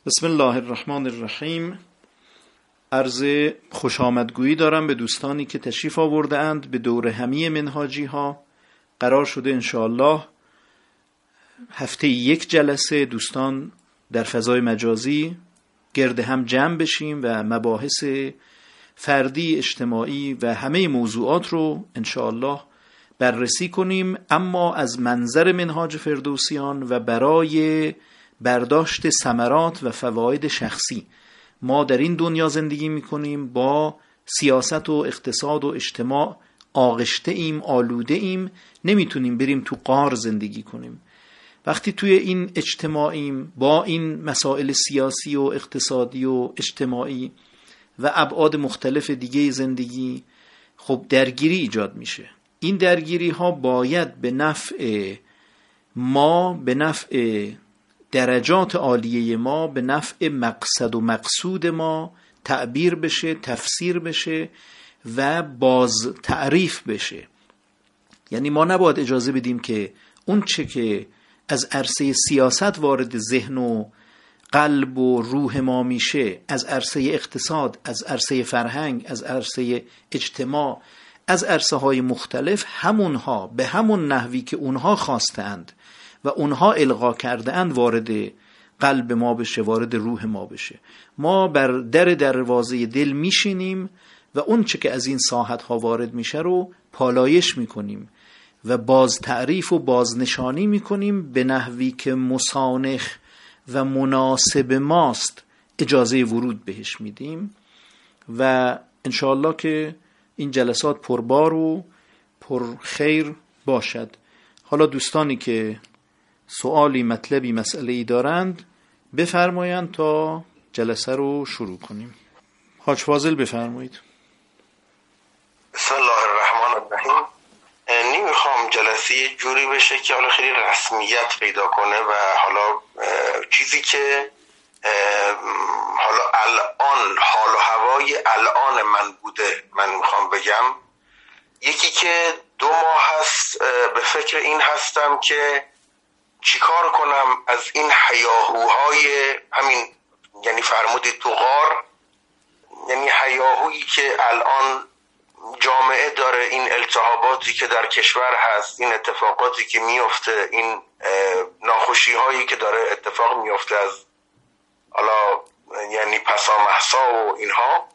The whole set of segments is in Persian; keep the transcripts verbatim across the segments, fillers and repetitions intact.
بسم الله الرحمن الرحیم. عرض خوش آمدگویی دارم به دوستانی که تشریف آورده اند به دور همی منهاجی ها. قرار شده انشاءالله هفته یک جلسه دوستان در فضای مجازی گرد هم جمع بشیم و مباحث فردی، اجتماعی و همه موضوعات رو انشاءالله بررسی کنیم، اما از منظر منهاج فردوسیان و برای برداشت ثمرات و فواید شخصی. ما در این دنیا زندگی میکنیم، با سیاست و اقتصاد و اجتماع آغشته ایم، آلوده ایم، نمیتونیم بریم تو غار زندگی کنیم. وقتی توی این اجتماعیم با این مسائل سیاسی و اقتصادی و اجتماعی و ابعاد مختلف دیگه زندگی، خب درگیری ایجاد میشه. این درگیری ها باید به نفع ما، به نفع درجات عالیه ما، به نفع مقصد و مقصود ما تعبیر بشه، تفسیر بشه و باز تعریف بشه. یعنی ما نباید اجازه بدیم که اون چه که از عرصه سیاست وارد ذهن و قلب و روح ما میشه، از عرصه اقتصاد، از عرصه فرهنگ، از عرصه اجتماع، از عرصه های مختلف، همونها به همون نحوی که اونها خواستند و اونها القا کرده اند وارد قلب ما بشه، وارد روح ما بشه. ما بر در دروازه دل میشینیم و اون چه که از این ساحت ها وارد میشه رو پالایش میکنیم و باز تعریف و بازنشانی میکنیم به نحوی که مسانخ و مناسب ماست اجازه ورود بهش میدیم و انشاءالله که این جلسات پربار و پرخیر باشد. حالا دوستانی که سوالی، مطلبی، مسئله‌ای دارند بفرمایند تا جلسه رو شروع کنیم. حاج فاضل بفرمایید. بسم الله الرحمن الرحیم. نمیخوام جلسه جوری بشه که حالا خیلی رسمیت پیدا کنه و حالا چیزی که حالا الان حال و هوای الان من بوده من میخوام بگم. یکی که دو ماه هست به فکر این هستم که چیکار کنم از این هیاهوهای همین، یعنی فرمودید تو غار، یعنی هیاهویی که الان جامعه داره، این التهاباتی که در کشور هست، این اتفاقاتی که میفته، این ناخوشی هایی که داره اتفاق میفته از حالا یعنی پسامحسا و اینها.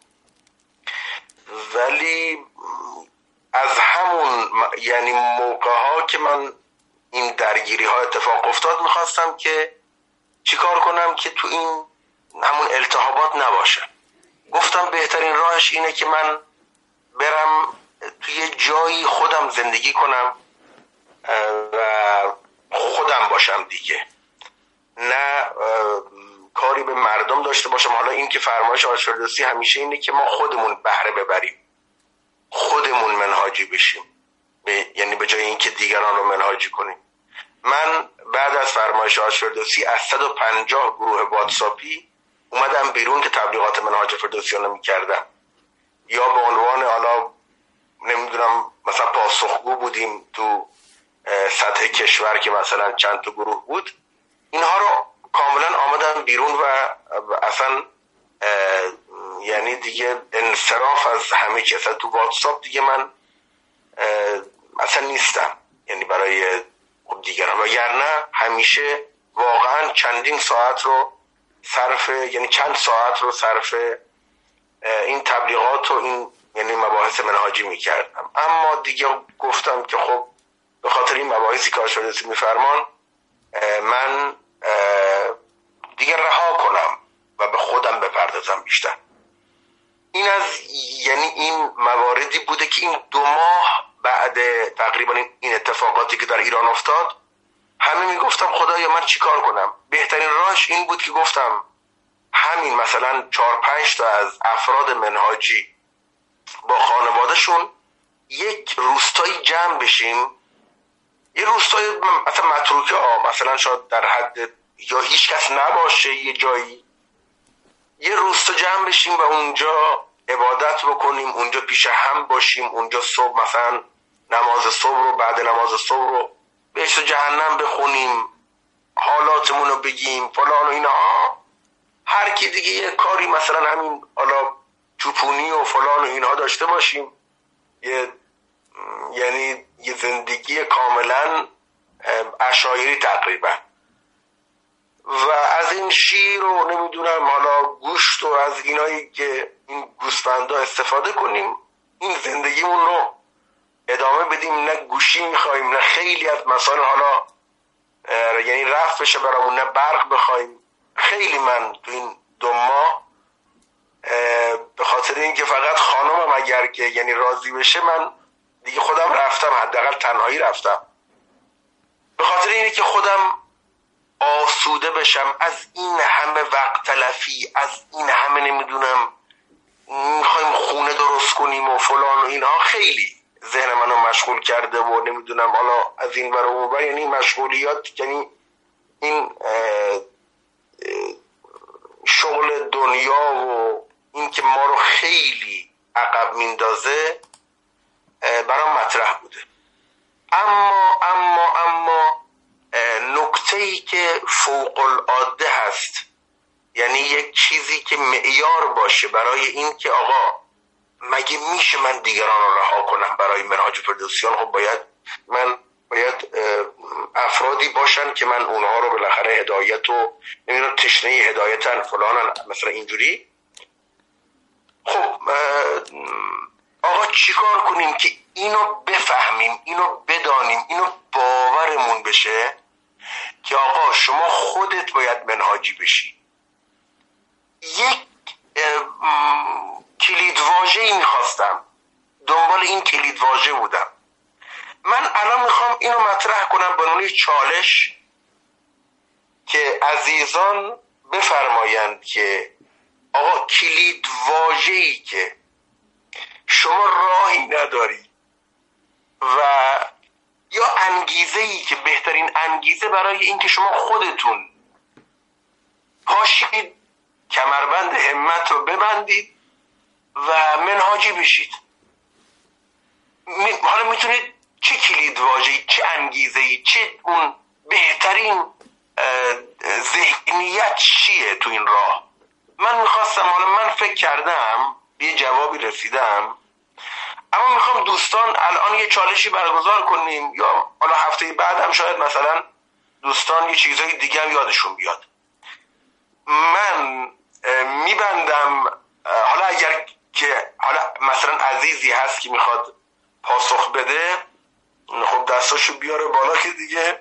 ولی از همون یعنی موقع ها که من این درگیری ها اتفاق افتاد میخواستم که چیکار کنم که تو این همون التهابات نباشه. گفتم بهترین راهش اینه که من برم توی جایی خودم زندگی کنم و خودم باشم دیگه، نه کاری به مردم داشته باشم. حالا این که فرمایش آقای فردوسی همیشه اینه که ما خودمون بهره ببریم، خودمون منهاجی بشیم، یعنی به جای اینکه دیگران رو منهاجی کنیم. من بعد از فرمایش آقای فردوسی از صد و پنجاه گروه واتساپی اومدم بیرون که تبلیغات منهاج فردوسیان رو میکردم، یا به عنوان حالا نمیدونم مثلا پاسخگو بودیم تو سطح کشور که مثلا چند تا گروه بود. اینها رو کاملا آمدم بیرون و اصلا یعنی دیگه انصراف از همه چیز. اصلا تو واتساپ دیگه من اصلا نیستم، یعنی برای دیگران، وگرنه همیشه واقعا چندین ساعت رو صرف، یعنی چند ساعت رو صرف این تبلیغات و این یعنی مباحث منهاجی میکردم. اما دیگه گفتم که خب به خاطر این مباحثی که آشوردسی میفرمان من دیگه رها کنم و به خودم بپردازم بیشتر. این از یعنی این مواردی بوده که این دو ماه بعد تقریبا این اتفاقاتی که در ایران افتاد همه میگفتم خدایا من چیکار کنم. بهترین راهش این بود که گفتم همین مثلا چهار پنج تا از افراد منهاجی با خانوادهشون یک روستایی جمع بشیم، یه روستای مثلا متروکه ها، مثلا شاید در حد یا هیچ کس نباشه، یه جایی یه روستا جمع بشیم و اونجا عبادت بکنیم، اونجا پیش هم باشیم، اونجا صبح مثلا نماز صبح رو بعد نماز صبح رو بهشت و جهنم بخونیم، حالاتمون رو بگیم فلان و اینا. هر کی دیگه یه کاری مثلا همین حالا چوپونی و فلان و اینها داشته باشیم، یه یعنی یه زندگی کاملا عشایری تقریبا، و از این شیر و نمیدونم حالا گوشت و از اینایی که این گوسفندا استفاده کنیم، این زندگیمون رو ادامه بدیم. نه گوشی میخوایم، نه خیلی از مسائل حالا یعنی رفت بشه برامون، نه برق بخوایم. خیلی من تو این دو ماه به خاطر اینکه فقط خانمم اگر که یعنی راضی بشه، من دیگه خودم رفتم، حداقل تنهایی رفتم، به خاطر اینه که خودم آسوده بشم از این همه وقت تلفی، از این همه نمیدونم میخوایم خونه درست کنیم و فلان و اینها. خیلی ذهن منو مشغول کرده و نمیدونم حالا از این ور و اون ور، یعنی مشغولیات، یعنی این اه اه شغل دنیا و این که ما رو خیلی عقب میندازه برام مطرح بوده. اما اما اما نکته‌ای که فوق العاده هست، یعنی یک چیزی که معیار باشه برای این که آقا مگه میشه من دیگران رو رها کنم برای منهاج فردوسیان؟ خب باید من باید افرادی باشن که من اونها رو بالاخره هدایت و نمیدونم تشنه هدایتن فلانن مثلا اینجوری. خب آقا چیکار کنیم که اینو بفهمیم، اینو بدانیم، اینو باورمون بشه که آقا شما خودت باید منهاجی بشی. یک کلید واژه‌ای میخواستم، دنبال این کلید واژه بودم. من الان میخوام اینو مطرح کنم به عنوان چالش که عزیزان بفرمایند که آقا کلید واژه‌ای که شما راهی نداری و یا انگیزه‌ای که بهترین انگیزه برای این که شما خودتون پاشید کمربند همت رو ببندید و منهاجی بشید. حالا میتونید چه کلید واژه‌ای، چه انگیزه‌ای، چه اون بهترین ذهنیت چیه تو این راه؟ من میخواستم، حالا من فکر کردم یه جوابی رسیدم، اما میخوام دوستان الان یه چالشی برگزار کنیم، یا حالا هفته بعد هم شاید مثلا دوستان یه چیزای دیگه هم یادشون بیاد. من میبندم، حالا اگر که حالا مثلا عزیزی هست که میخواد پاسخ بده، خب دستاشو بیاره بالا که دیگه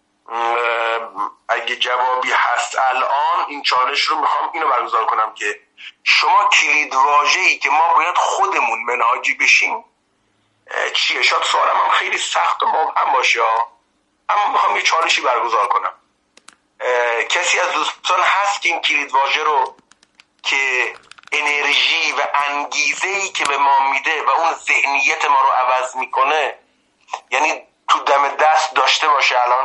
اگه جوابی هست الان این چالش رو میخوام اینو برگزار کنم که شما کلید واژه‌ای که ما باید خودمون منهاجی بشیم چیه؟ شاید سوالم هم خیلی سخت و مبهم باشه، اما میخوام یه چالشی برگزار کنم. کسی از دوستان هست که این کلید واژه رو که انرژی و انگیزه‌ای که به ما میده و اون ذهنیت ما رو عوض میکنه، یعنی تو دم دست داشته باشه الان؟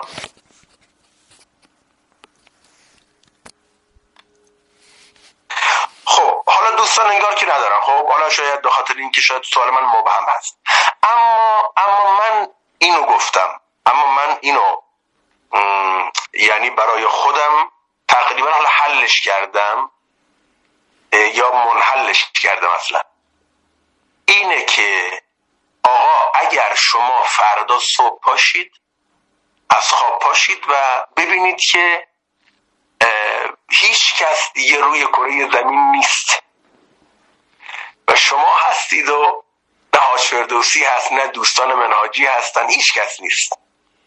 خب حالا دوستان انگار که ندارم. خب حالا شاید به خاطر اینکه شاید سوال من مبهم هست، اما اما من اینو گفتم، اما من اینو یعنی برای خودم تقریبا حالا حلش کردم یا منحلش کردم. اصلا اینه که آقا اگر شما فردا صبح پاشید، از خواب پاشید و ببینید که هیچ کس دیگه روی کره زمین نیست و شما هستید و نه حاج فردوسی هست، نه دوستان منهاجی هستن، هیچ کس نیست،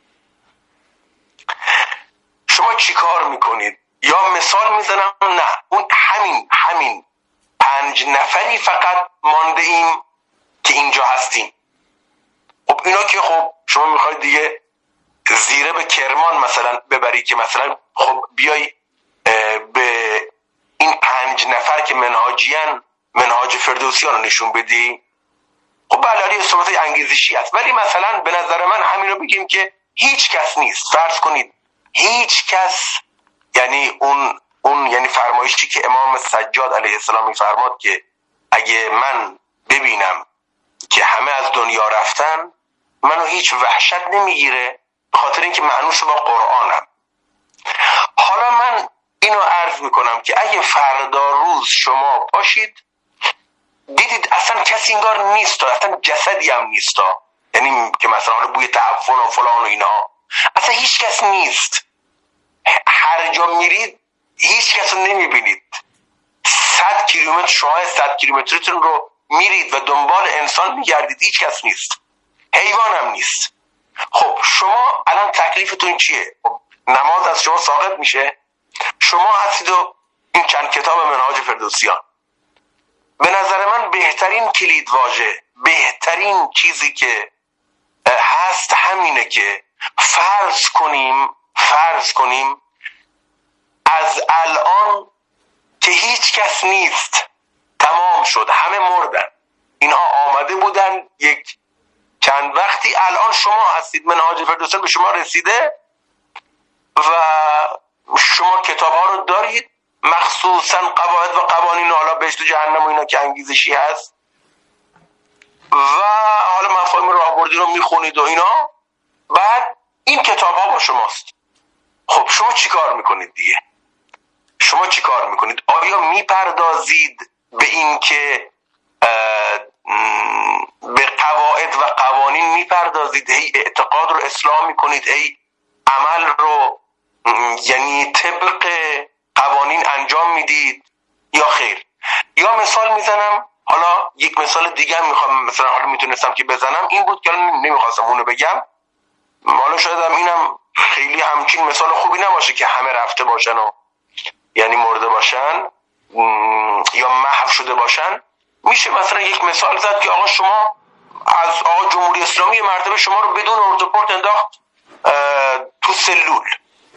شما چی کار میکنید؟ یا مثال میزنم، نه اون همین همین پنج نفری فقط مانده ایم که اینجا هستیم. خب اینا که خب شما میخواید دیگه زیره به کرمان مثلا ببری که مثلا خب بیای به این پنج نفر که منهاجیان منهاج فردوسیان رو نشون بدی. خب بله صورت انگیزشی هست، ولی مثلا به نظر من همین رو بگیم که هیچ کس نیست. فرض کنید هیچ کس، یعنی اون اون یعنی فرمایشی که امام سجاد علیه السلام میفرماد که اگه من ببینم که همه از دنیا رفتن منو هیچ وحشت نمیگیره، به خاطر اینکه معنوس با قرآنم. حالا من اینو عرض میکنم که اگه فردا روز شما پاشید دیدید اصلا کسی انگار نیست، اصلا جسدی هم نیست، یعنی که مثلا حالا بوی تعفن و فلان و اینا، اصلا هیچ کس نیست، هر جا میرید هیچ کس رو نمیبینید، صد کیلومتر شما صد کیلومترتون رو میرید و دنبال انسان میگردید، هیچ کس نیست، حیوان هم نیست. خب شما الان تکلیفتون چیه؟ نماز از شما ساقط میشه؟ شما هستید و این چند کتاب منهاج فردوسیان. به نظر من بهترین کلید واژه، بهترین چیزی که هست همینه که فرض کنیم فرض کنیم از الان که هیچ کس نیست، تمام شد، همه مردن، اینها آمده بودن یک چند وقتی، الان شما هستید، منهاج فردوسیان به شما رسیده و شما کتاب ها رو دارید، مخصوصا قواعد و قوانین، حالا بهشت و جهنم و اینا که انگیزشی هست و حالا مفاهیم راهبردی رو میخونید و اینا، بعد این کتاب ها با شماست. خب شما چی کار میکنید دیگه؟ شما چی کار میکنید؟ آیا میپردازید به این که به قواعد و قوانین میپردازید، هی اعتقاد رو اصلاح میکنید، هی عمل رو یعنی طبق قوانین انجام میدید یا خیر؟ یا مثال میزنم، حالا یک مثال دیگه هم میخوام، مثلا حالا میتونستم که بزنم، این بود که نمیخواستم اونو بگم، حالا شاید هم اینم خیلی همچین مثال خوبی نباشه که همه رفته باشن و یعنی مرده باشن یا محو شده باشن. میشه مثلا یک مثال زد که آقا شما از آقا جمهوری اسلامی مرتبه شما رو بدون ارتوپورت انداخت تو سلول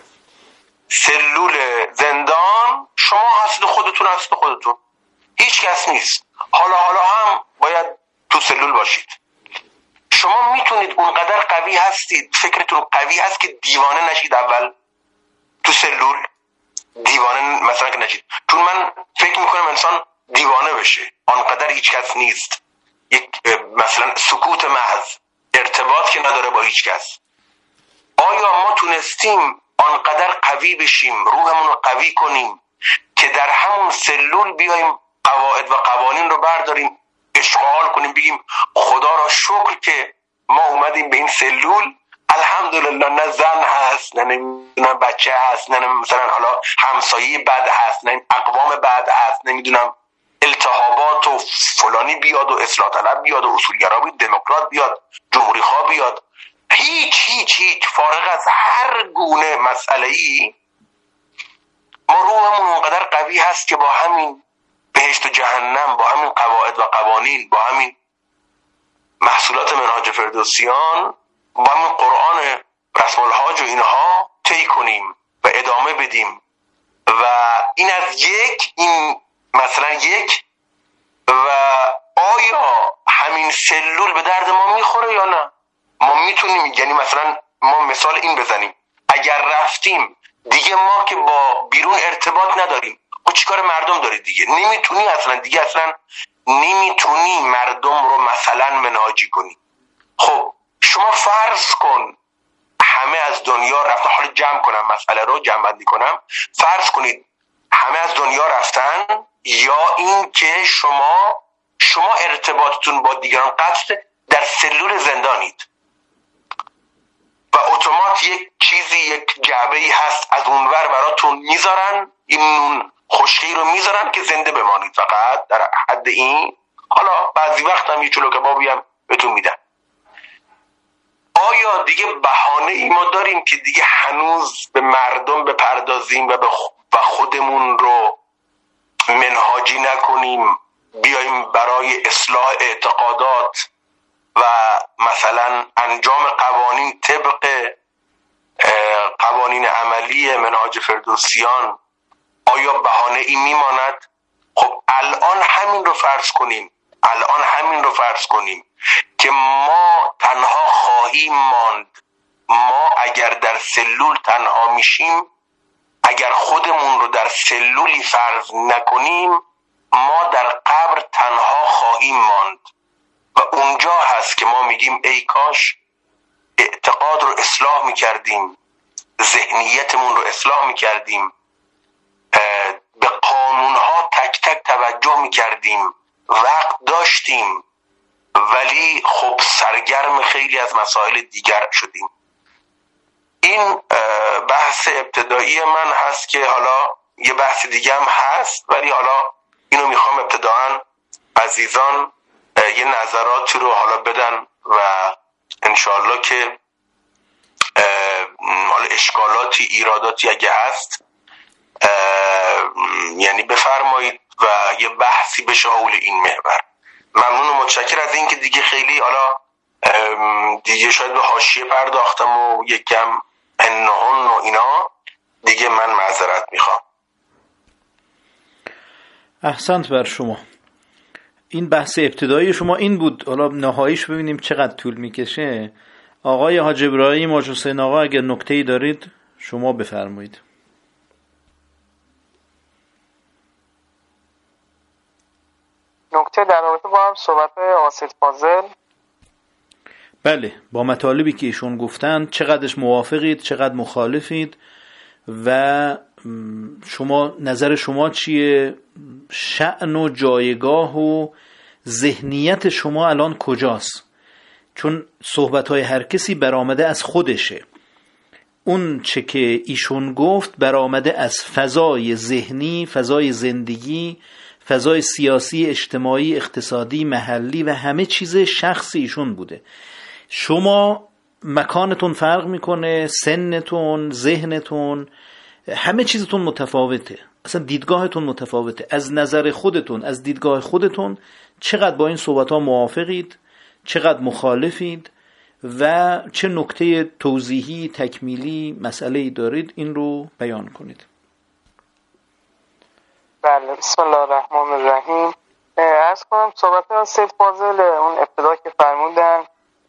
سلول زندان، شما هستید خودتون هستید خودتون هیچ کس نیست، حالا حالا هم باید تو سلول باشید. شما میتونید اونقدر قوی هستید، فکرتون قوی هست که دیوانه نشید اول تو سلول؟ دیوانه مثلا که نشید، چون من فکر میکنم انسان دیوانه بشه، آنقدر هیچ کس نیست، یک مثلا سکوت محض، ارتباط که نداره با هیچ کس. آیا ما تونستیم آنقدر قوی بشیم، روحمون رو قوی کنیم که در همون سلول بیایم قواعد و قوانین رو برداریم اشغال کنیم، بگیم خدا را شکر که ما اومدیم به این سلول، الحمدلله، نه زن هست، نه نمیدونم بچه هست، نه مثلا حالا همسایه بد هست، نه اقوام بد هست، نمیدونم التهابات و فلانی بیاد و اصلاح طلب بیاد و اصولگرا بیاد، دموکرات بیاد، جمهوری خواه بیاد، هیچ هیچ هیچ فارغ از هر گونه مسئله ای، ما روحمون اونقدر قوی هست که با همین بهشت و جهنم، با همین قواعد و قوانین، با همین محصولات منهاج فردوسیان، با همین قرآن رسم الحاج و اینها طی کنیم و ادامه بدیم. و این از یک، این مثلا یک، و آیا همین سلول به درد ما میخوره یا نه؟ ما میتونیم، یعنی مثلا ما مثال این بزنیم، اگر رفتیم دیگه ما که با بیرون ارتباط نداریم، خب چیکار مردم داری دیگه؟ نمیتونی اصلا دیگه اصلا نمیتونی مردم رو مثلا منهاجی کنی. خب شما فرض کن همه از دنیا رفتن، حالا جمع کنم مسئله رو، جمع بندی کنم، فرض کنید همه از دنیا رفتن، یا این که شما شما ارتباطتون با دیگران قطع، در سلول زندانید و اتومات یک چیزی، یک جعبه‌ای هست از اونور براتون میذارن، این نون خشکی رو میذارن که زنده بمانید فقط در حد این، حالا بعضی وقت هم یه چلو کبابی هم بهتون میدن. آیا دیگه بهانه ای ما داریم که دیگه هنوز به مردم بپردازیم و به خودمون رو منهاجی نکنیم، بیاییم برای اصلاح اعتقادات و مثلا انجام قوانین طبق قوانین عملی منهاج فردوسیان؟ آیا بهانه ای میماند؟ خب الان همین رو فرض کنیم، الان همین رو فرض کنیم که ما تنها خواهیم ماند. ما اگر در سلول تنها میشیم، اگر خودمون رو در سلولی فرض نکنیم، ما در قبر تنها خواهیم ماند و اونجا هست که ما میگیم ای کاش اعتقاد رو اصلاح میکردیم، ذهنیتمون رو اصلاح میکردیم کردیم، وقت داشتیم، ولی خب سرگرم خیلی از مسائل دیگر شدیم. این بحث ابتدایی من هست که حالا یه بحث دیگه هم هست، ولی حالا اینو میخوام ابتداعا عزیزان یه نظراتی رو حالا بدن و انشالله که حالا اشکالاتی ایراداتی اگه هست یعنی بفرمایید و یه بحثی بشه حول این محور. ممنون و متشکر از این که دیگه خیلی حالا دیگه شاید به حاشیه پرداختم و یک کم انهن و اینا، دیگه من معذرت میخوام. احسنت بر شما. این بحث ابتدایی شما این بود، حالا نهاییش ببینیم چقدر طول میکشه. آقای حاج ابراهیم، حاج حسین آقا اگر نکته‌ای دارید شما بفرمایید. نکته در رابطه با هم صحبت آسید فاضل؟ بله، با مطالبی که ایشون گفتن چقدرش موافقید، چقدر مخالفید و شما نظر شما چیه؟ شأن و جایگاه و ذهنیت شما الان کجاست؟ چون صحبت‌های هر کسی برآمده از خودشه. اون چه که ایشون گفت برآمده از فضای ذهنی، فضای زندگی، فضای سیاسی، اجتماعی، اقتصادی، محلی و همه چیز شخصی ایشون بوده. شما مکانتون فرق میکنه، سنتون، ذهنتون، همه چیزتون متفاوته، اصلا دیدگاهتون متفاوته. از نظر خودتون، از دیدگاه خودتون چقدر با این صحبت ها موافقید، چقدر مخالفید و چه نکته توضیحی تکمیلی مسئله‌ای دارید، این رو بیان کنید. بله، بسم الله الرحمن الرحیم. عرض کنم صحبت ها سید فاضل اون ابتدا که فرمودن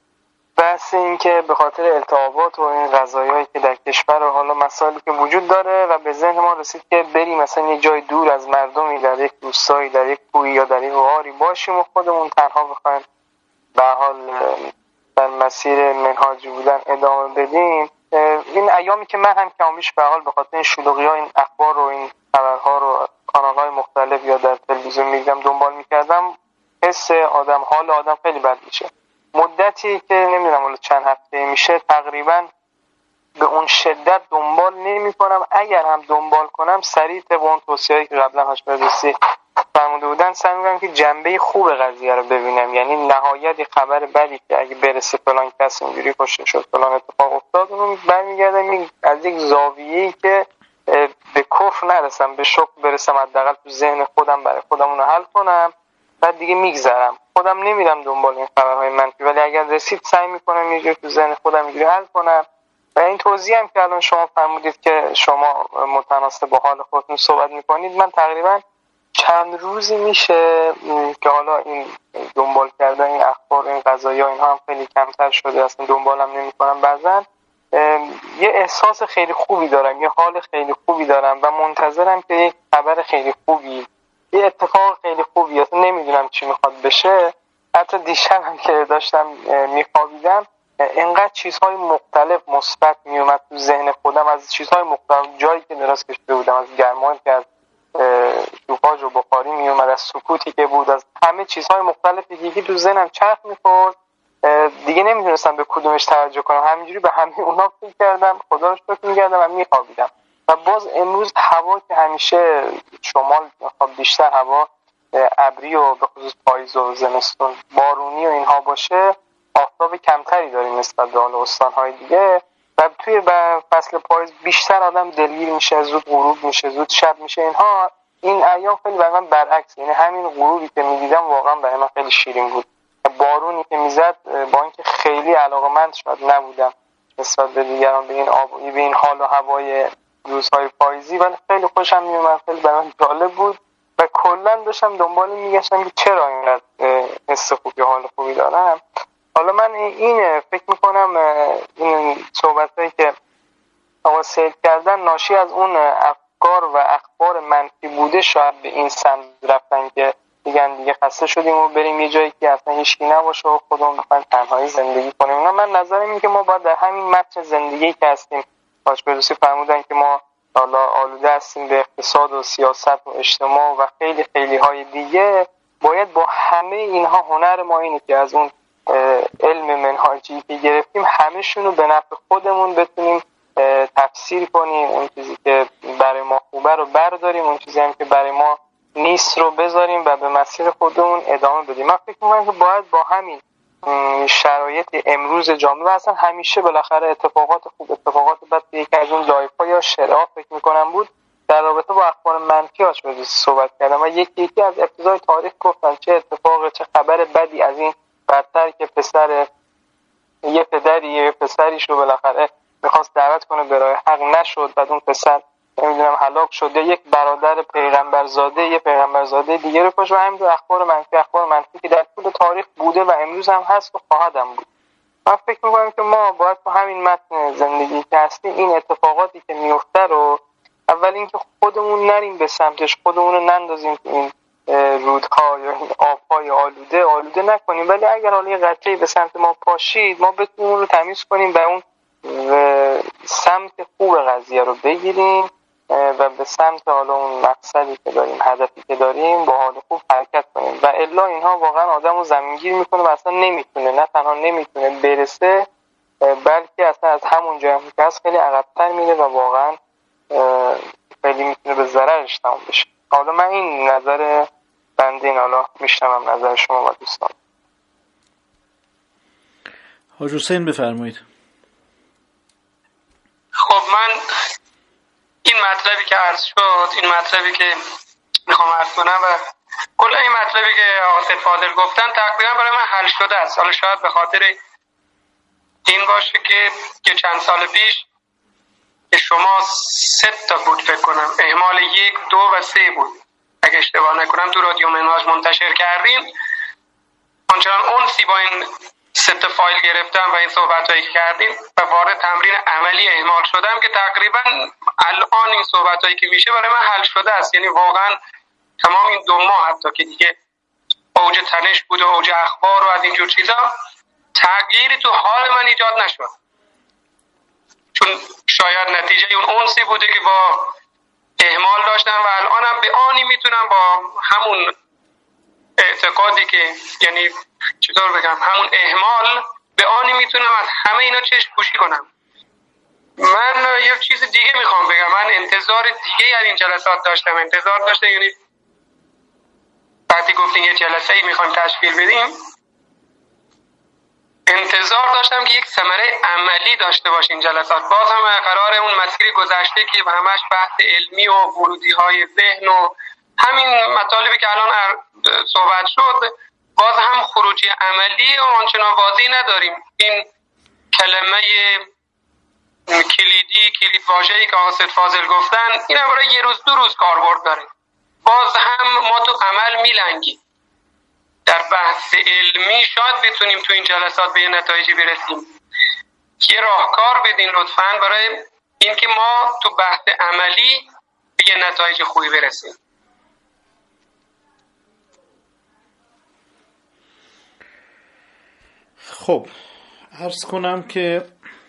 بحث این که به خاطر التهابات و این قضایایی که در کشور و حالا مسائلی که وجود داره و به ذهن ما رسید که بریم مثلا یه جای دور از مردمی، در یک روستایی، در یک کوهی یا در یک غاری باشیم و خودمون تنها بخوایم به حال در مسیر منهاجی بودن ادامه بدیم. این ایامی که من هم کمیش به حال به خاطر این شلوغی‌ها، این اخبار و این خبرها رو کانال‌های مختلف یا در تلویزیون می‌دیدم، دنبال می‌کردم، حس آدم، حال آدم خیلی بد میشه. مدتی که نمیدونم ولی چند هفته میشه تقریبا به اون شدت دنبال نمی کنم. اگر هم دنبال کنم سریع طبق اون توصیه‌ای که قبلا هاش بردستی فرموده بودن سعی می‌کنم که جنبه خوب قضیه رو ببینم، یعنی نهایت خبر بدی که اگه برسه فلان کس اینجوری کشته شد، فلان اتفاق افتاد، اون برمیگردم از یک زاویه‌ای که به کفر نرسم، به شک برسم، حداقل تو ذهن خودم برای خودم اون رو حل کنم، بعد دیگه میگذرم. خودم نمیرم دنبال این خبرهای منفی، ولی اگر رسید سعی میکنم یه جور تو ذهن خودم اینجوری حل کنم. و این توضیح هم که الان شما فرمودید که شما متناسب با حال خودتون صحبت میکنید، من تقریبا چند روزی میشه که حالا این دنبال کردن این اخبار، این قضایا، اینها هم خیلی کمتر شده، اصلا دنبالم نمیکنم. بعضن یه احساس خیلی خوبی دارم، یه حال خیلی خوبی دارم و منتظرم که یک خبر خیلی خوبی، یه اتفاق خیلی خوبی، اصلا نمیدونم چی میخواد بشه. حتی دیشب هم که داشتم میخوابیدم اینقدر چیزهای مختلف مثبت میومد تو ذهن خودم، از چیزهای مختلف، جایی که دراز کشیده بودم، از گرمایی که از شوفاژ و بخاری میومد، از سکوتی که بود، از همه چیزهای مختلف دیگه تو ذهنم چرخ میخورد. دیگه نمیدونستم به کدومش توجه کنم، همینجوری به همه اونا فکر کردم، خدا رو شکر می‌کردم و میخوابیدم. و باز امروز هوا که همیشه شمال بیشتر هوا ابری و به خصوص پاییز و زمستون بارونی و اینها باشه، آفتاب کمتری داریم نسبت به حال استان‌های دیگه و توی فصل پاییز بیشتر آدم دلگیر میشه، زود غروب میشه، زود شب میشه. اینها این ایام خیلی برای من برعکس، یعنی همین غروبی که میدیدم واقعا برای من خیلی شیرین بود. بارونی که میزد با اینکه خیلی علاقه‌مند شاید نبودم نسبت به دیگران به این آب به این حال و هوای روزهای پاییزی، ولی خیلی خوشم میومد، خیلی برای من جالب بود و کلا داشتم دنبال میگشتم که چرا اینقدر حس خوبی، حال خوبی دارم. حالا من این فکر میکنم این صحبتایی که آقا سید کردن ناشی از اون افکار و اخبار منفی بوده، شاید به این سمت رفتن که دیگه دیگه خسته شدیم و بریم یه جایی که اصلا هیچکی نباشه و خودمون بخوایم تنهایی زندگی کنیم. اونا من نظرم اینه که ما باید در همین متن زندگی که هستیم، باش بروسی فرمودن که ما حالا آلوده هستیم به اقتصاد و سیاست و اجتماع و خیلی خیلی های دیگه، باید با همه اینها، هنر ما اینه که از اون علم منهاجی که گرفتیم همه‌شون رو به نفع خودمون بتونیم تفسیر کنیم، اون چیزی که برای ما خوبه رو برداریم، اون چیزی هم که برای ما نیست رو بذاریم و به مسیر خودمون ادامه بدیم. من فکر می‌کنم که باید با همین شرایط امروز جامعه و اصلا همیشه بالاخره اتفاقات خوب اتفاقات بد، یکی از اون لایف‌ها یا شعرها فکر می‌کنم بود در رابطه با اخبار منفی آشپزی صحبت کردم و یکی یکی از ابتدای تاریخ گفتن چه اتفاق چه خبر بدی از این بدتر که پسر یه پدری یه پسریش رو بالاخره میخواست دعوت کنه به راه حق نشد، بعد اون پسر نمیدونم هلاک شد، یک برادر پیغمبرزاده یه پیغمبرزاده دیگه رو کشت و همین اخبار منفی اخبار منفی که در طول تاریخ بوده و امروز هم هست و خواهد هم بود. من فکر میکنم که ما باید تو همین متن زندگی که هستیم این اتفاقاتی که میفته رو اول اینکه خودمون نریم به سمتش، خودمون رو نندازیم تو این رودها یا این آبهای آلوده آلوده نکنیم، ولی اگر حالا یه قطره‌ای به سمت ما پاشید ما بتونیم اون رو تمیز کنیم و اون سمت خوب قضیه رو بگیریم و به سمت حالا اون مقصدی که داریم، هدفی که داریم با حال خوب حرکت کنیم و الا اینها واقعا آدم رو زمینگیر میکنه و اصلا نمیتونه، نه تنها نمیتونه برسه بلکه اصلا از همون جایی که هست خیلی عقب‌تر میره و واقعا خیلی میتونه به ضررش تمام بشه. حالا من این نظر بنده این، حالا میشنوم نظر شما و دوستان. حاج حسین بفرمایید. خب من این مطلبی که عرض شد، این مطلبی که میخوام عرض کنم و کلا این مطلبی که آقا سید فاضل گفتن تقریبا برای من حل شده است. حالا شاید به خاطر این باشه که که چند سال پیش که شما سه تا بود فکر کنم، اهمال یک، دو و سه بود اگه اشتباه نکنم، تو رادیو منهاج منتشر کردین. آنچنان اونسی با این سه تا فایل گرفتم و این صحبتایی که کردین و وارد تمرین عملی اهمال شدم که تقریبا الان این صحبتایی که میشه برای من حل شده است. یعنی واقعا تمام این دو ماه حتی که دیگه اوج تنش بود و اوج اخبار و از اینجور چیزا، تغییری تو حال من ایجاد نشد، چون شاید نتیجه اون اونسی بوده که با اهمال داشتم و الانم به آنی میتونم با همون اعتقادی که یعنی چطور بگم همون اهمال به آنی میتونم از همه اینا چشم پوشی کنم. من یه چیز دیگه میخوام بگم، من انتظار دیگه از این جلسات داشتم، انتظار داشتم یعنی وقتی گفتین یه جلسه ای میخوایم تشکیل بدیم انتظار داشتم که یک ثمره عملی داشته باشین جلسات. باز هم قرار اون مسیر گذشته که همش بحث علمی و ورودی های ذهن و همین مطالبی که الان صحبت شد، باز هم خروجی عملی و آنچنان واضحی نداریم. این کلمه کلیدی کلید واژه‌ای که آقا سید فاضل گفتن این هم برای یه روز دو روز کاربرد داره، باز هم ما تو عمل میلنگیم. در بحث علمی شاید بتونیم تو این جلسات به یه نتایجی برسیم. یه راهکار بدین لطفاً برای اینکه ما تو بحث عملی به یه نتایج خوبی برسیم. خب عرض کنم که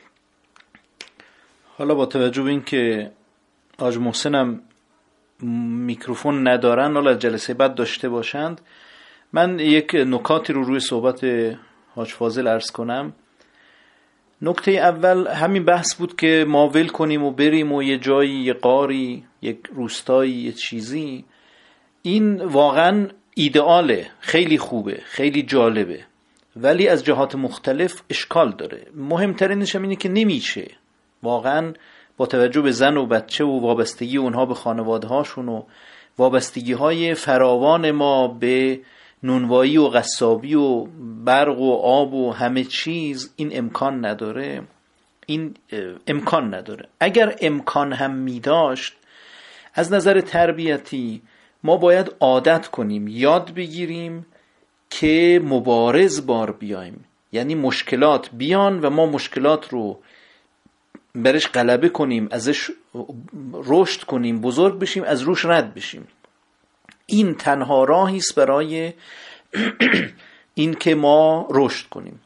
حالا با توجه به این که حاج محسنم میکروفون ندارن، حالا جلسه بعد داشته باشند، من یک نکاتی رو روی صحبت حاج فاضل عرض کنم. نکته اول همین بحث بود که ما ول کنیم و بریم و یه جایی، یه قاری، یک روستایی، یه چیزی. این واقعا ایدئاله، خیلی خوبه، خیلی جالبه، ولی از جهات مختلف اشکال داره. مهمترینش هم اینه که نمیشه واقعا با توجه به زن و بچه و وابستگی اونها به خانواده هاشون و وابستگی های فراوان ما به نونوایی و قصابی و برق و آب و همه چیز، این امکان نداره. این امکان نداره. اگر امکان هم می داشت از نظر تربیتی ما باید عادت کنیم، یاد بگیریم که مبارز بار بیایم، یعنی مشکلات بیان و ما مشکلات رو برش غلبه کنیم، ازش رشد کنیم، بزرگ بشیم، از روش رد بشیم. این تنها راهی است برای این که ما رشد کنیم.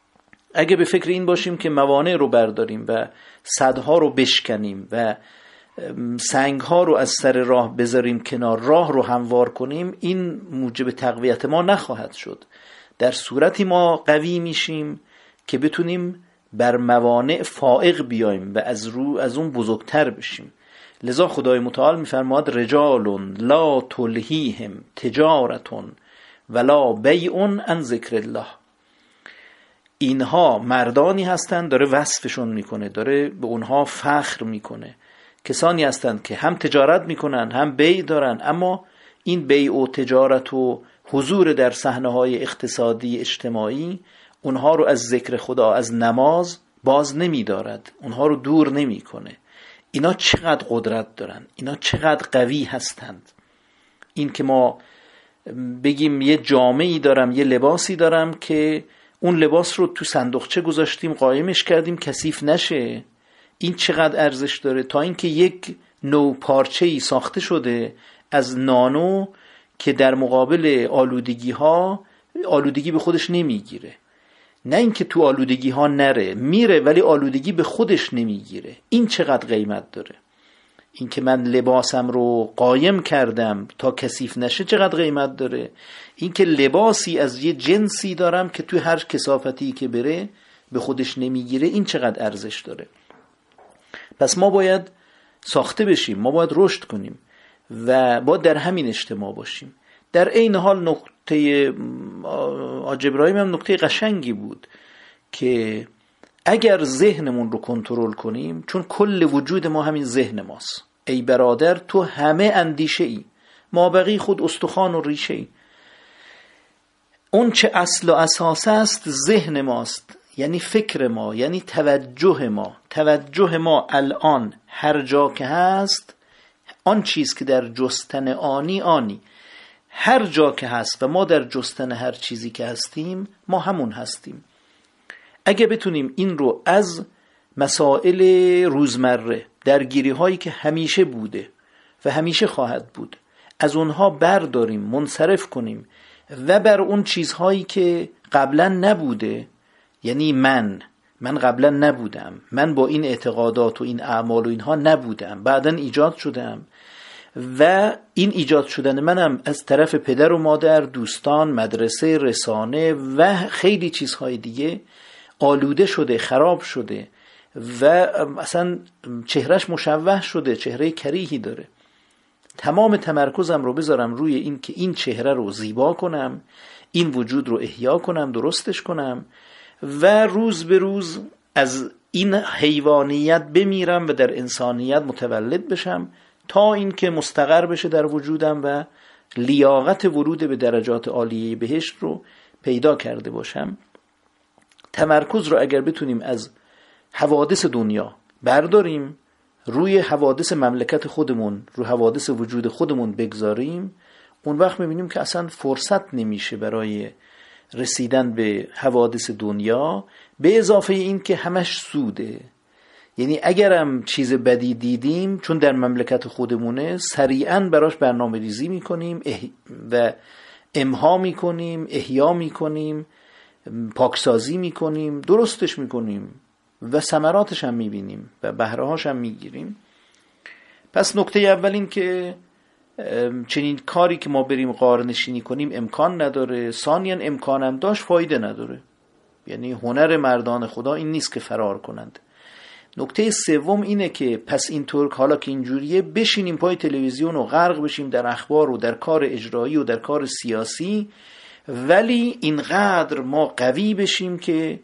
اگه به فکر این باشیم که موانع رو برداریم و سدها رو بشکنیم و سنگ ها رو از سر راه بذاریم کنار، راه رو هموار کنیم، این موجب تقویت ما نخواهد شد. در صورتی ما قوی میشیم که بتونیم بر موانع فائق بیایم و از رو از اون بزرگتر بشیم. لذا خدای متعال میفرماد رجال لا تلهیهم تجارتون ولا بیع عن ذکر الله. اینها مردانی هستند، داره وصفشون میکنه، داره به اونها فخر میکنه. کسانی هستند که هم تجارت میکنن هم بیع دارن، اما این بیع و تجارت و حضور در صحنه‌های اقتصادی اجتماعی اونها رو از ذکر خدا، از نماز باز نمیدارد، اونها رو دور نمیکنه. اینا چقدر قدرت دارن، اینا چقدر قوی هستند. این که ما بگیم یه جامه‌ای دارم، یه لباسی دارم که اون لباس رو تو صندوقچه گذاشتیم، قایمش کردیم کثیف نشه، این چقدر ارزش داره. تا اینکه یک نوع پارچه‌ای ساخته شده از نانو که در مقابل آلودگی ها آلودگی به خودش نمیگیره. نه اینکه تو آلودگی ها نره، میره ولی آلودگی به خودش نمیگیره. این چقدر قیمت داره. این که من لباسم رو قایم کردم تا کثیف نشه چقدر قیمت داره. این که لباسی از یه جنسی دارم که توی هر کثافتی که بره به خودش نمیگیره، این چقدر ارزش داره. پس ما باید ساخته بشیم، ما باید رشد کنیم و باید در همین اجتماع باشیم. در این حال نقطه حاج ابراهیم هم نقطه قشنگی بود که اگر ذهنمون رو کنترل کنیم، چون کل وجود ما همین ذهن ماست. ای برادر تو همه اندیشه ای، ما بقی خود استخوان و ریشه ای. اون چه اصل و اساس است ذهن ماست، یعنی فکر ما، یعنی توجه ما. توجه ما الان هر جا که هست، آن چیز که در جستن آنی آنی، هر جا که هست و ما در جستن هر چیزی که هستیم، ما همون هستیم. اگه بتونیم این رو از مسائل روزمره، درگیری هایی که همیشه بوده و همیشه خواهد بود، از اونها برداریم، منصرف کنیم و بر اون چیزهایی که قبلا نبوده، یعنی من من قبلا نبودم، من با این اعتقادات و این اعمال و اینها نبودم، بعداً ایجاد شدم و این ایجاد شدن منم از طرف پدر و مادر، دوستان، مدرسه، رسانه و خیلی چیزهای دیگه آلوده شده، خراب شده و اصلا چهرش مشوه شده، چهره کریهی داره. تمام تمرکزم رو بذارم روی این که این چهره رو زیبا کنم، این وجود رو احیا کنم، درستش کنم و روز به روز از این حیوانیت بمیرم و در انسانیت متولد بشم تا این که مستقر بشه در وجودم و لیاقت ورود به درجات عالیه بهشت رو پیدا کرده باشم. تمرکز رو اگر بتونیم از حوادث دنیا برداریم، روی حوادث مملکت خودمون، روی حوادث وجود خودمون بگذاریم، اون وقت میبینیم که اصلا فرصت نمیشه برای رسیدن به حوادث دنیا، به اضافه این که همش سوده. یعنی اگرم چیز بدی دیدیم، چون در مملکت خودمونه، سریعاً براش برنامه ریزی میکنیم و امها میکنیم، احیا میکنیم، پاکسازی میکنیم، درستش میکنیم و ثمراتش هم میبینیم و بهره هاش هم میگیریم. پس نکته اول این که چنین کاری که ما بریم غارنشینی کنیم امکان نداره. ثانیاً امکانم داشت فایده نداره. یعنی هنر مردان خدا این نیست که فرار کنند. نکته سوم اینه که پس اینطور حالا که اینجوریه بشینیم پای تلویزیون و غرق بشیم در اخبار و در کار اجرایی و در کار سیاسی، ولی اینقدر ما قوی بشیم که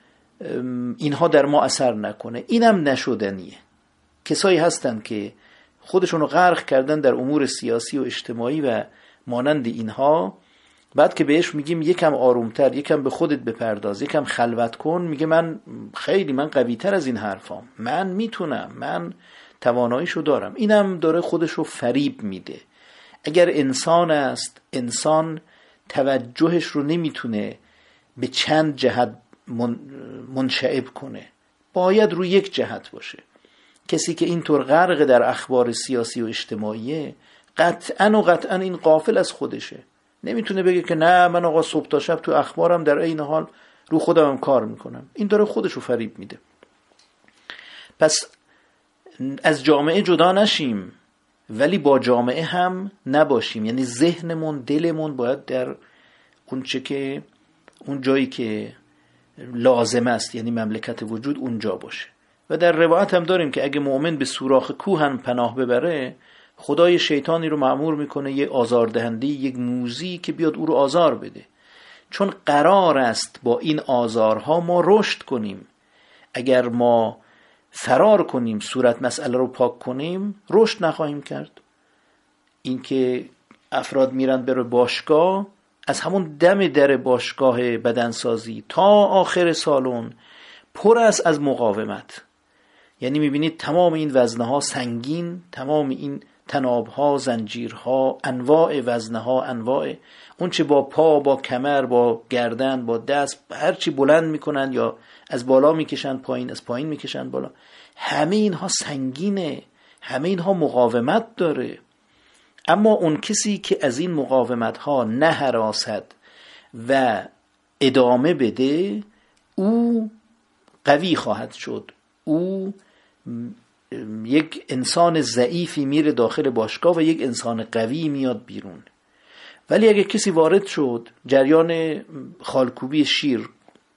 اینها در ما اثر نکنه. اینم نشدنیه. کسایی هستن که خودشونو غرق کردن در امور سیاسی و اجتماعی و مانند اینها، بعد که بهش میگیم یکم آرومتر، یکم به خودت بپرداز، یکم خلوت کن، میگه من خیلی من قوی تر از این حرفام، من میتونم، من تواناییشو دارم. اینم داره خودشو فریب میده. اگر انسان است، انسان توجهش رو نمیتونه به چند جهت منشعب کنه، باید روی یک جهت باشه. کسی که اینطور غرق در اخبار سیاسی و اجتماعیه، قطعاً و قطعاً این غافل از خودشه. نمیتونه بگه که نه من آقا صبح تا شب تو اخبارم در این حال رو خودم هم کار میکنم. این داره خودشو فریب میده. پس از جامعه جدا نشیم ولی با جامعه هم نباشیم. یعنی ذهنمون، دلمون باید در اون چه که اون جایی که لازم است، یعنی مملکت وجود، اونجا باشه. و در روایت هم داریم که اگه مؤمن به سوراخ کوه هم پناه ببره، خدای شیطانی رو مأمور میکنه یه آزاردهنده، یک موذی که بیاد او رو آزار بده، چون قرار است با این آزارها ما رشد کنیم. اگر ما فرار کنیم، صورت مسئله رو پاک کنیم، رشد نخواهیم کرد. این که افراد میرن بره باشگاه، از همون دم در باشگاه بدنسازی تا آخر سالن پر است از مقاومت. یعنی میبینید تمام این وزنه ها سنگین، تمام این تناب ها، زنجیرها، انواع وزنه ها، انواع اون چه با پا، با کمر، با گردن، با دست، هر چی بلند میکنن یا از بالا میکشن پایین، از پایین میکشن بالا، همه اینها سنگینه، همه اینها مقاومت داره. اما اون کسی که از این مقاومت ها نهراسد و ادامه بده، او قوی خواهد شد. او یک انسان ضعیفی میره داخل باشگاه و یک انسان قوی میاد بیرون. ولی اگه کسی وارد شد، جریان خالکوبی شیر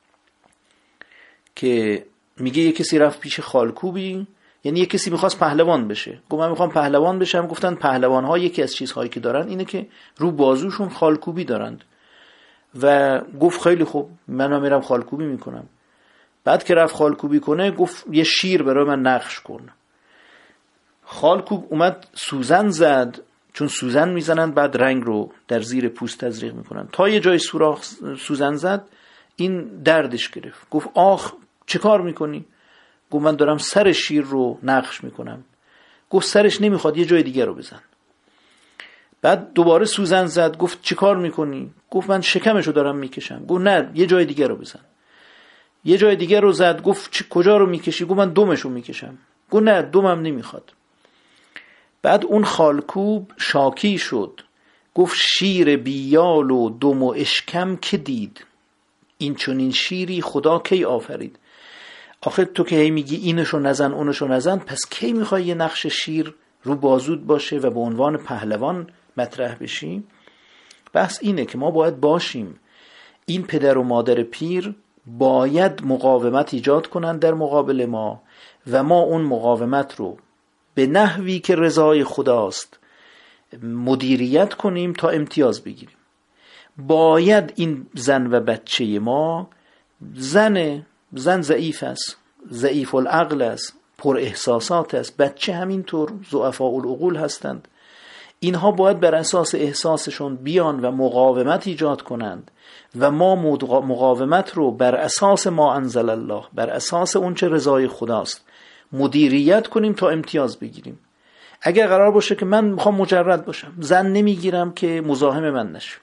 که میگه یک کسی رفت پیش خالکوبی، یعنی یک کسی میخواست پهلوان بشه، گفت من میخوام پهلوان بشم. گفتن پهلوان ها یکی از چیزهایی که دارن اینه که رو بازوشون خالکوبی دارند. و گفت خیلی خوب، من میرم خالکوبی میکنم. بعد که رفت خالکوبی کنه، گفت یه شیر برای من نقش کن. خالکوب اومد سوزن زد، چون سوزن میزنن بعد رنگ رو در زیر پوست تزریق میکنن. تا یه جای سوراخ سوزن زد، این دردش گرفت. گفت آخ چه کار میکنی؟ گفت من دارم سر شیر رو نقش میکنم. گفت سرش نمیخواد، یه جای دیگه رو بزن. بعد دوباره سوزن زد. گفت چه کار میکنی؟ گفت من شکمشو دارم میکشم. گفت نه، یه جای دیگه رو بزن. یه جای دیگه رو زد. گفت چه کجا رو میکشی؟ گفت من دمشو میکشم. گفت نه، دمم نمیخواد. بعد اون خالکوب شاکی شد. گفت شیر بیال و دم و اشکم که دید، این چون این شیری خدا کی آفرید. آخه تو که هی میگی اینشو نزن اونشو نزن، پس کی میخوای یه نقش شیر رو بازود باشه و به عنوان پهلوان مطرح بشی؟ بحث اینه که ما باید باشیم. این پدر و مادر پیر باید مقاومت ایجاد کنن در مقابل ما و ما اون مقاومت رو به نحوی که رضای خداست مدیریت کنیم تا امتیاز بگیریم. باید این زن و بچه ما، زن زن ضعیف است، ضعیف العقل است، پر احساسات است، بچه همینطور ضعفاء العقول هستند. اینها باید بر اساس احساسشون بیان و مقاومت ایجاد کنند و ما مقاومت رو بر اساس ما انزل الله، بر اساس اون چه رضای خداست مدیریت کنیم تا امتیاز بگیریم. اگر قرار باشه که من میخوام مجرد باشم، زن نمیگیرم که مزاحم من نشه،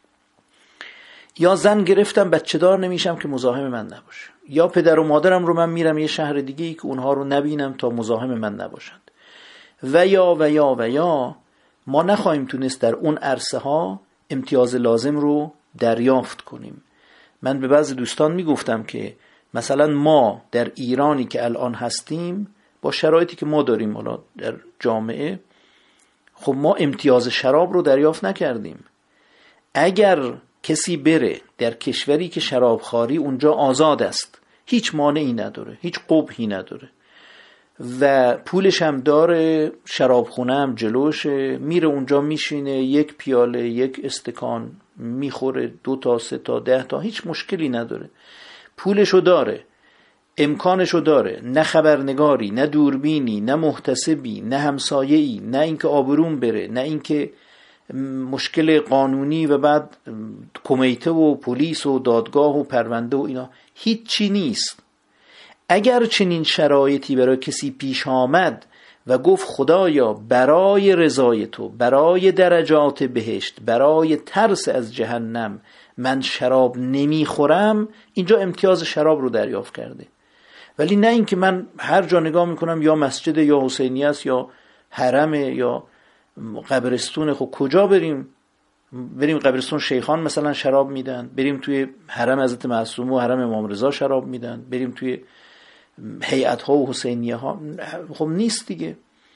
یا زن گرفتم بچه دار نمیشم که مزاحم من نباشه، یا پدر و مادرم رو من میرم یه شهر دیگه ای که اونها رو نبینم تا مزاحم من نباشند، و یا و یا و یا ما نخواهیم تونست در اون عرصه ها امتیاز لازم رو دریافت کنیم. من به بعضی دوستان میگفتم که مثلا ما در ایرانی که الان هستیم با شرایطی که ما داریم حالا در جامعه، خب ما امتیاز شراب رو دریافت نکردیم. اگر کسی بره در کشوری که شرابخواری اونجا آزاد است، هیچ مانعی نداره، هیچ قبحی نداره و پولش هم داره، شرابخونه هم جلوشه، میره اونجا میشینه، یک پیاله یک استکان میخوره، دو تا سه تا ده تا، هیچ مشکلی نداره، پولشو داره، امکانشو داره، نه خبرنگاری، نه دوربینی، نه محتسبی، نه همسایه‌ای، نه اینکه آبروم بره، نه اینکه مشکل قانونی و بعد کمیته و پلیس و دادگاه و پرونده و اینا، هیچی نیست. اگر چنین شرایطی برای کسی پیش آمد و گفت خدایا برای رضای تو، برای درجات بهشت، برای ترس از جهنم من شراب نمیخورم، اینجا امتیاز شراب رو دریافت کرده. ولی نه اینکه من هر جا نگاه میکنم یا مسجد یا حسینیه است یا حرم یا قبرستون، خب کجا بریم؟ بریم قبرستون شیخان مثلا شراب میدن، بریم توی حرم حضرت معصومه و حرم امام رضا شراب میدن، بریم توی هیئت ها و حسینیه ها، خب نیست دیگه.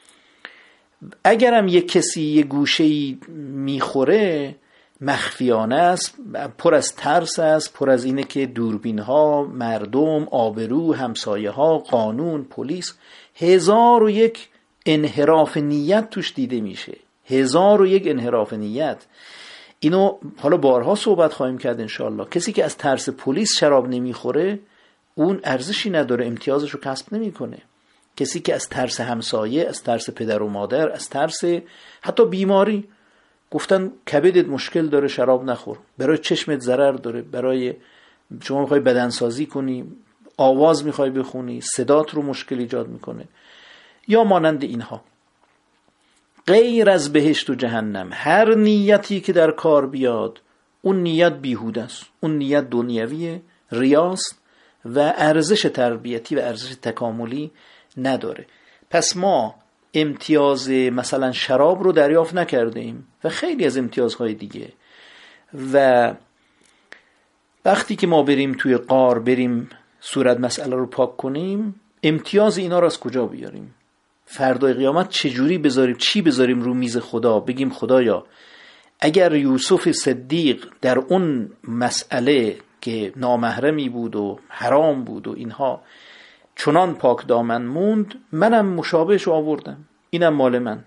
اگرم یک کسی یه گوشه‌ای میخوره مخفیانه است، پر از ترس است، پر از اینه که دوربین ها، مردم، آبرو، همسایه ها، قانون، پلیس، هزار و یک انحراف نیت توش دیده میشه، هزار و یک انحراف نیت. اینو حالا بارها صحبت خواهیم کرد انشالله. کسی که از ترس پلیس شراب نمیخوره اون ارزشی نداره، امتیازشو کسب نمیکنه. کسی که از ترس همسایه، از ترس پدر و مادر، از ترس حتی بیماری، گفتن کبدت مشکل داره شراب نخور، برای چشمت ضرر داره، برای شما میخوای بدنسازی کنی، آواز میخوای بخونی، صدات رو مشکل ایجاد میکنه، یا مانند اینها. غیر از بهشت و جهنم هر نیتی که در کار بیاد اون نیت بیهوده است، اون نیت دنیویه، ریاست و ارزش تربیتی و ارزش تکاملی نداره. پس ما امتیاز مثلا شراب رو دریافت نکرده ایم و خیلی از امتیازهای دیگه، و وقتی که ما بریم توی غار، بریم صورت مسئله رو پاک کنیم، امتیاز اینا رو از کجا بیاریم؟ فردای قیامت چجوری بذاریم، چی بذاریم رو میز خدا؟ بگیم خدایا اگر یوسف صدیق در اون مسئله که نامحرمی بود و حرام بود و اینها چنان پاک دامن موند، منم مشابهش آوردم، اینم مال من.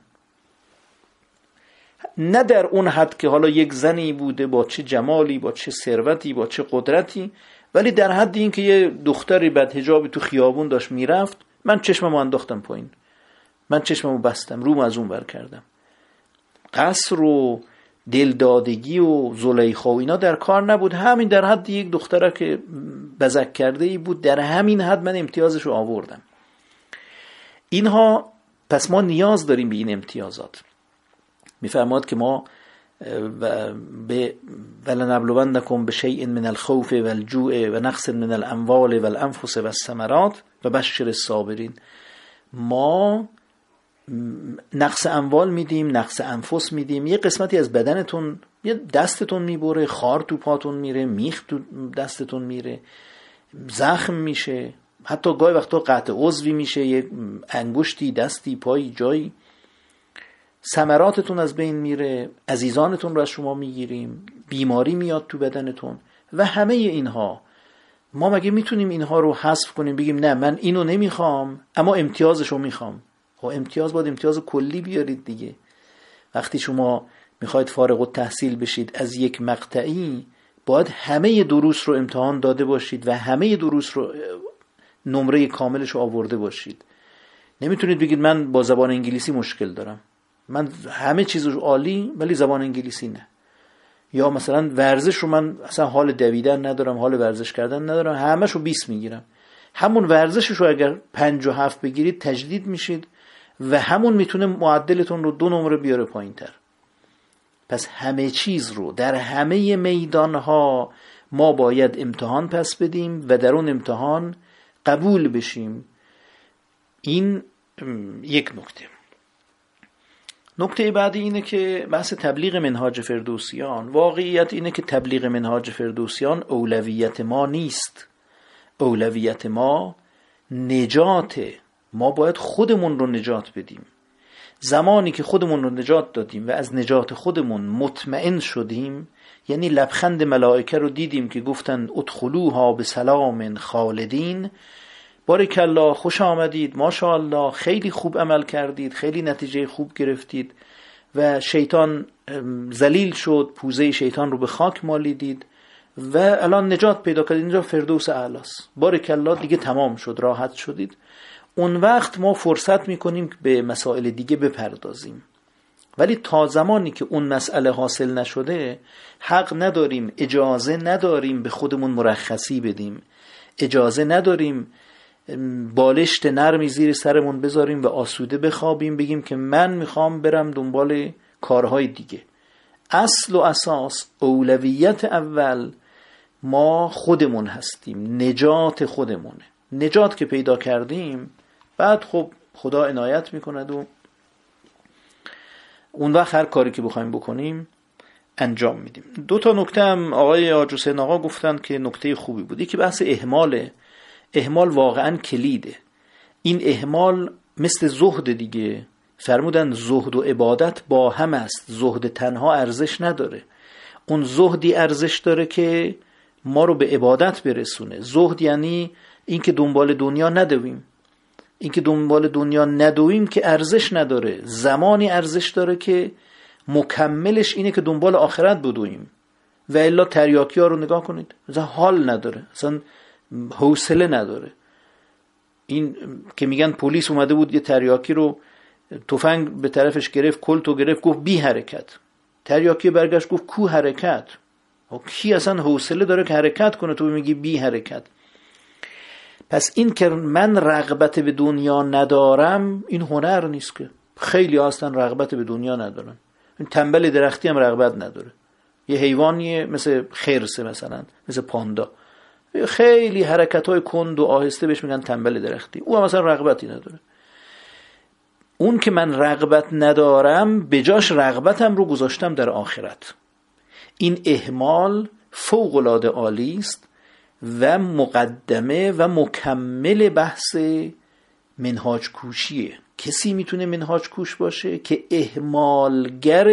نه در اون حد که حالا یک زنی بوده با چه جمالی، با چه ثروتی، با چه قدرتی، ولی در حد این که یه دختری بد حجابی تو خیابون داشت میرفت، من چشممو انداختم پایین، من چشممو بستم، روم از اون بر کردم. قصر و دلدادگی و زلیخا و اینا در کار نبود، همین در حد یک دختره که بزک کرده ای بود، در همین حد من امتیازش رو آوردم. اینها، پس ما نیاز داریم به این امتیازات. میفرماد که ما به ولنبلونکم بشیء من الخوف والجوع و نقص من الاموال والانفس والثمرات و بشر الصابرین. ما نقص اموال میدیم، نقص انفس میدیم، یه قسمتی از بدنتون، یه دستتون میبره، خار تو پاتون میره، میخ تو دستتون میره، زخم میشه، حتی گاهی وقتا قطع عضوی میشه، یه انگشتی، دستی، پایی، جایی، ثمراتتون از بین میره، عزیزانتون رو از شما میگیریم، بیماری میاد تو بدنتون و همه اینها. ما مگه میتونیم اینها رو حذف کنیم بگیم نه من اینو نمیخوام اما امتیازشو میخوام؟ خب امتیاز باید امتیاز کلی بیارید دیگه. وقتی شما میخواید فارغ التحصیل بشید از یک مقطعی، باید همه دروس رو امتحان داده باشید و همه دروس رو نمره کاملش رو آورده باشید. نمیتونید بگید من با زبان انگلیسی مشکل دارم، من همه چیز عالی ولی زبان انگلیسی نه. یا مثلا ورزش رو من اصلا حال دویدن ندارم، حال ورزش کردن ندارم، همه شو بیست میگیرم. همون ورزشش رو اگر پنج و هفت بگیرید تجدید میشید و همون میتونه معدلتون رو دو نمره بیاره پایین تر. پس همه چیز رو در همه میدانها ما باید امتحان پس بدیم و در اون امتحان قبول بشیم. این یک نکته. نکته بعدی اینه که بحث تبلیغ منهاج فردوسیان. واقعیت اینه که تبلیغ منهاج فردوسیان اولویت ما نیست. اولویت ما نجاته. ما باید خودمون رو نجات بدیم. زمانی که خودمون رو نجات دادیم و از نجات خودمون مطمئن شدیم، یعنی لبخند ملائکه رو دیدیم که گفتن ادخلوها بسلام خالدین، بارک الله، خوش آمدید، ماشاءالله، خیلی خوب عمل کردید، خیلی نتیجه خوب گرفتید و شیطان ذلیل شد، پوزه شیطان رو به خاک مالیدید و الان نجات پیدا کردید، اینجا فردوس اعلی است، بارک الله، دیگه تمام شد، راحت شدید. اون وقت ما فرصت میکنیم به مسائل دیگه بپردازیم. ولی تا زمانی که اون مسئله حاصل نشده حق نداریم، اجازه نداریم به خودمون مرخصی بدیم، اجازه نداریم بالشت نرمی زیر سرمون بذاریم و آسوده بخوابیم بگیم که من میخوام برم دنبال کارهای دیگه. اصل و اساس، اولویت اول ما خودمون هستیم، نجات خودمونه. نجات که پیدا کردیم بعد خب خدا عنایت میکند و اون وقت هر کاری که بخوایم بکنیم انجام میدیم. دو تا نکته هم آقای حاج حسین آقا گفتن که نکته خوبی بود. یکی بحث اهماله. اهمال واقعا کلیده. این اهمال مثل زهد دیگه، فرمودن زهد و عبادت با هم است، زهد تنها ارزش نداره. اون زهدی ارزش داره که ما رو به عبادت برسونه. زهد یعنی این که دنبال دنیا ندویم، این که دنبال دنیا ندویم که ارزش نداره. زمانی ارزش داره که مکملش اینه که دنبال آخرت بدویم، و الا تریاکی ها رو نگاه کنید، مثلا حال نداره، مثلا حوصله نداره. این که میگن پلیس اومده بود یه تریاکی رو تفنگ به طرفش گرفت، کلتو گرفت، گفت بی حرکت. تریاکی برگشت گفت کو حرکت؟ کی اصلا حوصله داره که حرکت کنه؟ تو میگی بی حرکت. پس این که من رغبت به دنیا ندارم این هنر نیست که. خیلی اصلا رغبت به دنیا ندارن. این تنبل درختی هم رغبت نداره. یه حیوانیه مثل خرسه، مثلا مثل پاندا، خیلی حرکت‌های کند و آهسته بهش میگن تنبل درختی. او هم مثلا رغبتی نداره. اون که من رغبت ندارم به جاش رغبتم رو گذاشتم در آخرت. این اهمال فوق‌العاده عالی است و مقدمه و مکمل بحث منهاج کوشیه. کسی میتونه منهاج کوش باشه که اهمالگر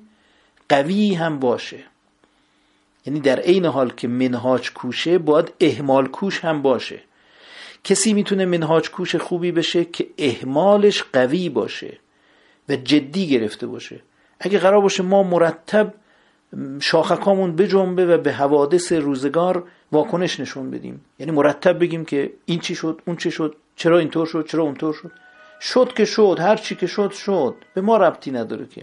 قوی هم باشه، یعنی در عین حال که منهاج کوشه باید اهمال کوش هم باشه. کسی میتونه منهاج کوش خوبی بشه که اهمالش قوی باشه و جدی گرفته باشه. اگه قرار باشه ما مرتب شاخکامون بجنبه و به حوادث روزگار واکنش نشون بدیم، یعنی مرتب بگیم که این چی شد، اون چی شد، چرا اینطور شد، چرا اونطور شد، شد که شد، هر چی که شد شد، به ما ربطی نداره. که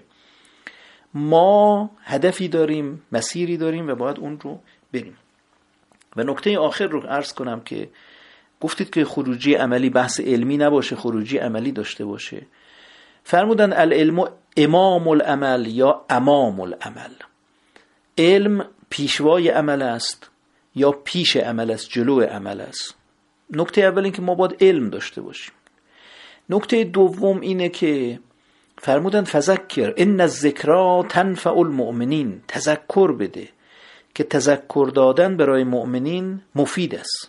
ما هدفی داریم، مسیری داریم و باید اون رو بریم. و نکته آخر رو عرض کنم که گفتید که خروجی عملی بحث علمی نباشه، خروجی عملی داشته باشه. فرمودن العلم امام العمل یا امام العمل. علم پیشوای عمل است یا پیش عمل است، جلو عمل است. نکته اول این که ما باید علم داشته باشیم. نکته دوم اینه که فرمودن فذکر ان الذکرى تنفع المؤمنین. تذکر بده که تذکر دادن برای مؤمنین مفید است.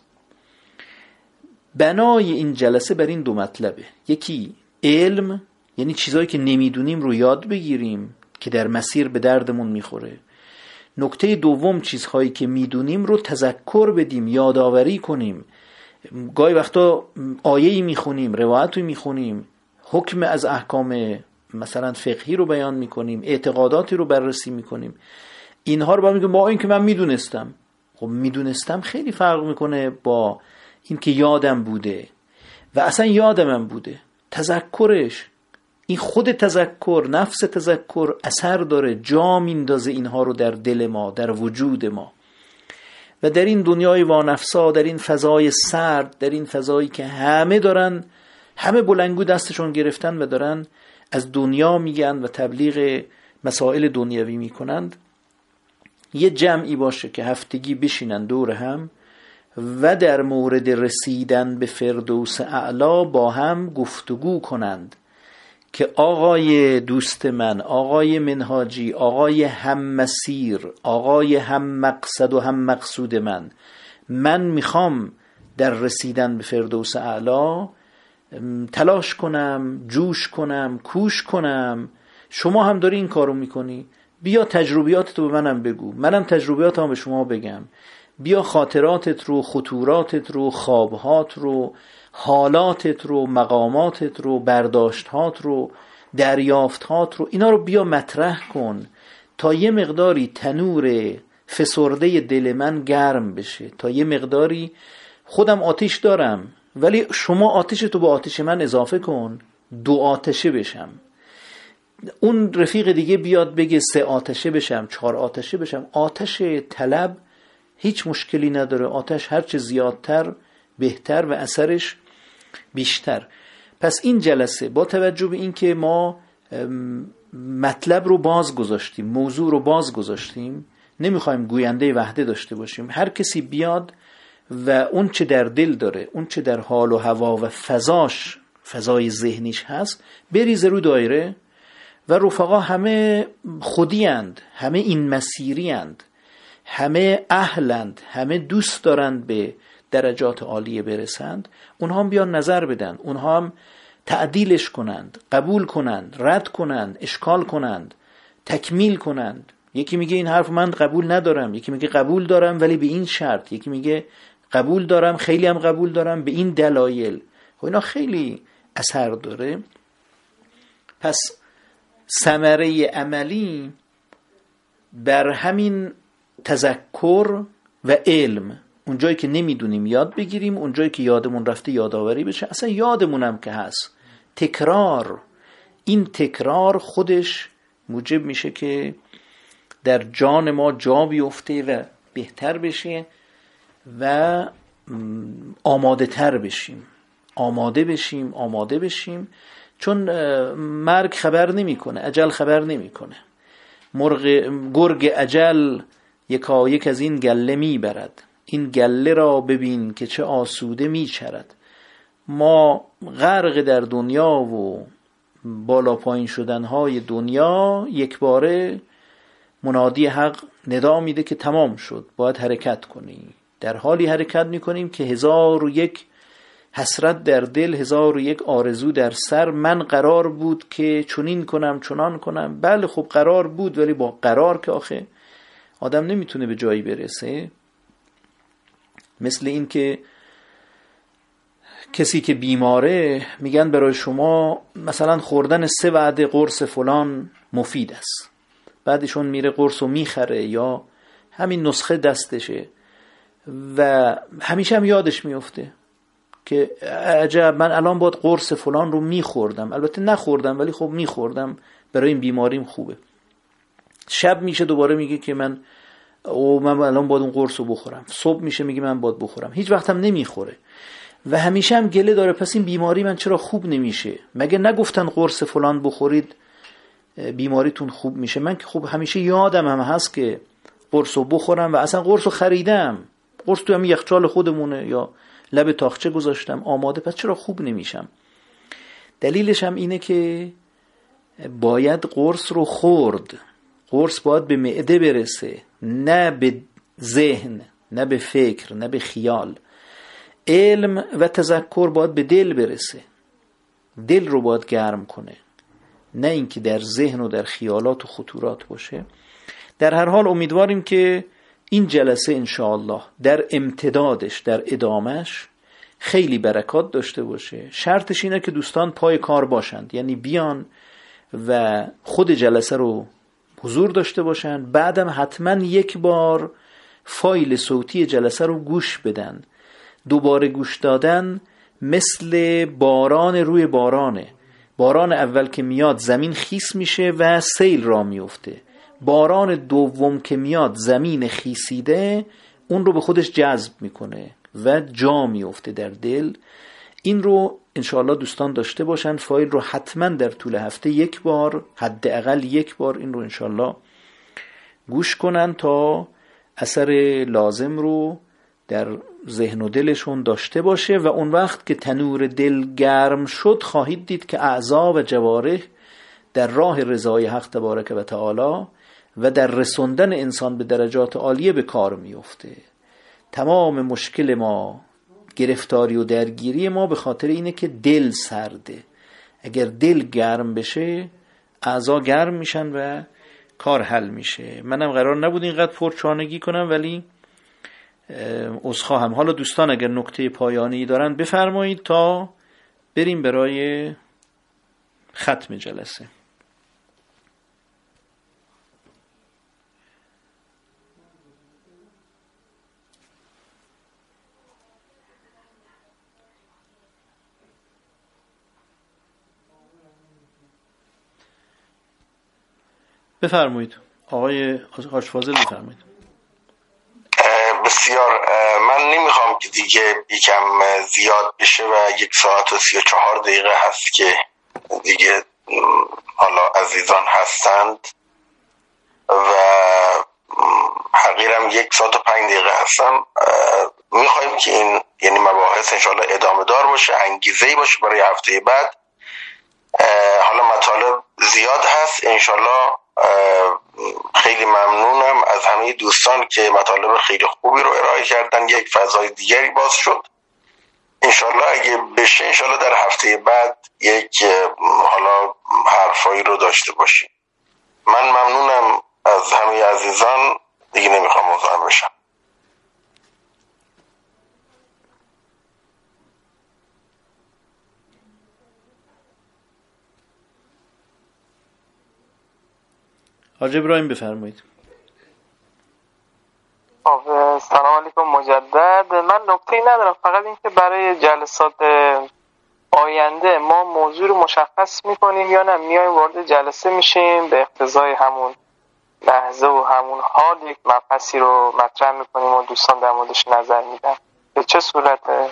بنای این جلسه بر این دو مطلبه. یکی علم، یعنی چیزایی که نمیدونیم رو یاد بگیریم که در مسیر به دردمون میخوره. نکته دوم چیزهایی که میدونیم رو تذکر بدیم، یادآوری کنیم. گاهی وقتا آیه‌ای میخونیم، روایتی میخونیم، حکم از احکام مثلا فقهی رو بیان میکنیم، اعتقاداتی رو بررسی میکنیم. اینها رو با میگم با این که من میدونستم. خب میدونستم خیلی فرق میکنه با این که یادم بوده و اصلا یادمم بوده. تذکرش، این خود تذکر، نفس تذکر اثر داره، جا میندازه اینها رو در دل ما، در وجود ما. و در این دنیای وانفسا، در این فضای سرد، در این فضایی که همه دارن، همه بلنگو دستشون گرفتن و دارن از دنیا میگن و تبلیغ مسائل دنیوی میکنند، یه جمعی باشه که هفتگی بشینن دور هم و در مورد رسیدن به فردوس اعلا با هم گفتگو کنند که آقای دوست من، آقای منهاجی، آقای هم مسیر، آقای هم مقصد و هم مقصود من، من میخوام در رسیدن به فردوس اعلا تلاش کنم، جوش کنم، کوش کنم. شما هم داری این کارو میکنی، بیا تجربیاتتو به منم بگو، منم تجربیاتم به شما بگم. بیا خاطراتت رو، خطوراتت رو، خوابهات رو، حالاتت رو، مقاماتت رو، برداشتهات رو، دریافتهات رو، اینا رو بیا مطرح کن تا یه مقداری تنور فسرده دل من گرم بشه، تا یه مقداری خودم آتش دارم ولی شما آتش تو با آتش من اضافه کن، دو آتشه بشم. اون رفیق دیگه بیاد بگه سه آتشه بشم، چهار آتشه بشم. آتش طلب هیچ مشکلی نداره، آتش هرچه زیادتر بهتر و اثرش بیشتر. پس این جلسه با توجه به این که ما مطلب رو باز گذاشتیم، موضوع رو باز گذاشتیم، نمیخوایم گوینده وحده داشته باشیم. هر کسی بیاد و اون چه در دل داره، اون چه در حال و هوا و فضاش، فضای ذهنیش هست، بریزه رو دایره. و رفقا همه خودی اند، همه این مسیری اند، همه اهلند، همه دوست دارند به درجات عالیه برسند، اونها هم بیان نظر بدن، اونها هم تعدیلش کنند، قبول کنند، رد کنند، اشکال کنند، تکمیل کنند. یکی میگه این حرف من قبول ندارم، یکی میگه قبول دارم ولی به این شرط، یکی میگه قبول دارم خیلی هم قبول دارم به این دلایل. خب اینا خیلی اثر داره. پس ثمره عملی بر همین تذکر و علم، اون جایی که نمیدونیم یاد بگیریم، اون جایی که یادمون رفته یادآوری بشه، اصلا یادمونم که هست، تکرار. این تکرار خودش موجب میشه که در جان ما جا بیفته و بهتر بشه و آماده تر بشیم آماده بشیم آماده بشیم چون مرگ خبر نمیکنه، اجل خبر نمیکنه. مرغ گرگ اجل یکا یک از این گله میبرد، این گله را ببین که چه آسوده میچرد. ما غرق در دنیا و بالا پایین شدنهای دنیا، یک باره منادی حق ندا میده که تمام شد، باید حرکت کنی. در حالی حرکت میکنیم که هزار و یک حسرت در دل، هزار و یک آرزو در سر. من قرار بود که چنین کنم چنان کنم. بله خب قرار بود، ولی با قرار که آخه آدم نمیتونه به جایی برسه. مثل این که کسی که بیماره میگن برای شما مثلا خوردن سه وعده قرص فلان مفید است، بعدشون میره قرص رو میخره یا همین نسخه دستشه و همیشه هم یادش میفته که عجب من الان باید قرص فلان رو میخوردم، البته نخوردم ولی خب میخوردم برای این بیماریم خوبه. شب میشه دوباره میگه که من او من الان باید اون قرص رو بخورم، صبح میشه میگه من باید بخورم، هیچ وقت هم نمیخوره و همیشه هم گله داره پس این بیماری من چرا خوب نمیشه؟ مگه نگفتن قرص فلان بخورید بیماریتون خوب میشه؟ من که خب همیشه یادم هم هست که قرص رو بخورم و اصلا قرص رو خریدم، قرص تو هم یخچال خودمونه یا لب تاخچه گذاشتم آماده، پس چرا خوب نمیشم؟ دلیلش هم اینه که باید قرص رو خورد. قرص باید به معده برسه، نه به ذهن، نه به فکر، نه به خیال. علم و تذکر باید به دل برسه، دل رو باید گرم کنه، نه اینکه در ذهن و در خیالات و خطورات باشه. در هر حال امیدواریم که این جلسه انشاءالله در امتدادش، در ادامش خیلی برکات داشته باشه. شرطش اینه که دوستان پای کار باشند، یعنی بیان و خود جلسه رو حضور داشته باشند، بعدم حتما یک بار فایل صوتی جلسه رو گوش بدن. دوباره گوش دادن مثل باران روی بارانه. باران اول که میاد زمین خیس میشه و سیل را میفته، باران دوم که میاد زمین خیسیده اون رو به خودش جذب میکنه و جا میفته در دل. این رو انشاءالله دوستان داشته باشن. فایل رو حتما در طول هفته یک بار، حداقل یک بار این رو انشاءالله گوش کنن تا اثر لازم رو در ذهن و دلشون داشته باشه و اون وقت که تنور دل گرم شد خواهید دید که اعضا و جوارح در راه رضای حق تبارک و تعالی و در رسوندن انسان به درجات عالیه به کار میفته. تمام مشکل ما، گرفتاری و درگیری ما به خاطر اینه که دل سرده. اگر دل گرم بشه اعضا گرم میشن و کار حل میشه. منم قرار نبود اینقدر پرچانگی کنم ولی عذرخواهم. حالا دوستان اگر نکته پایانی دارن بفرمایید تا بریم برای ختم جلسه. بفرمایید آقای حاج فاضل، بفرمایید. بسیار. من نمیخوام که دیگه یکم زیاد بشه و یک ساعت و سی و چهار دقیقه هست که دیگه حالا عزیزان هستند و حقیرم یک ساعت و پنج دقیقه هستم. میخوایم که این یعنی مباحث انشاءالله ادامه دار باشه، انگیزه‌ای باشه برای هفته بعد. حالا مطالب زیاد هست انشاءالله. خیلی ممنونم از همه دوستان که مطالب خیلی خوبی رو ارائه کردن. یک فضای دیگری باز شد. انشالله اگه بشه انشالله در هفته بعد یک حالا حرفایی رو داشته باشیم. من ممنونم از همه عزیزان، دیگه نمیخوام مزاحم بشم. حاج ابراهیم بفرمایید. سلام علیکم مجدد. من نکته‌ای ندارم، فقط اینکه برای جلسات آینده ما موضوع رو مشخص میکنیم یا نه میایم وارد جلسه میشیم به اقتضای همون لحظه و همون حال یک مبحثی رو مطرح میکنیم و دوستان در موردش نظر میدن. به چه صورته؟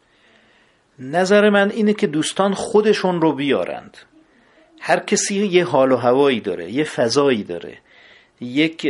نظر من اینه که دوستان خودشون رو بیارند. هر کسی یه حال و هوایی داره، یه فضایی داره، یک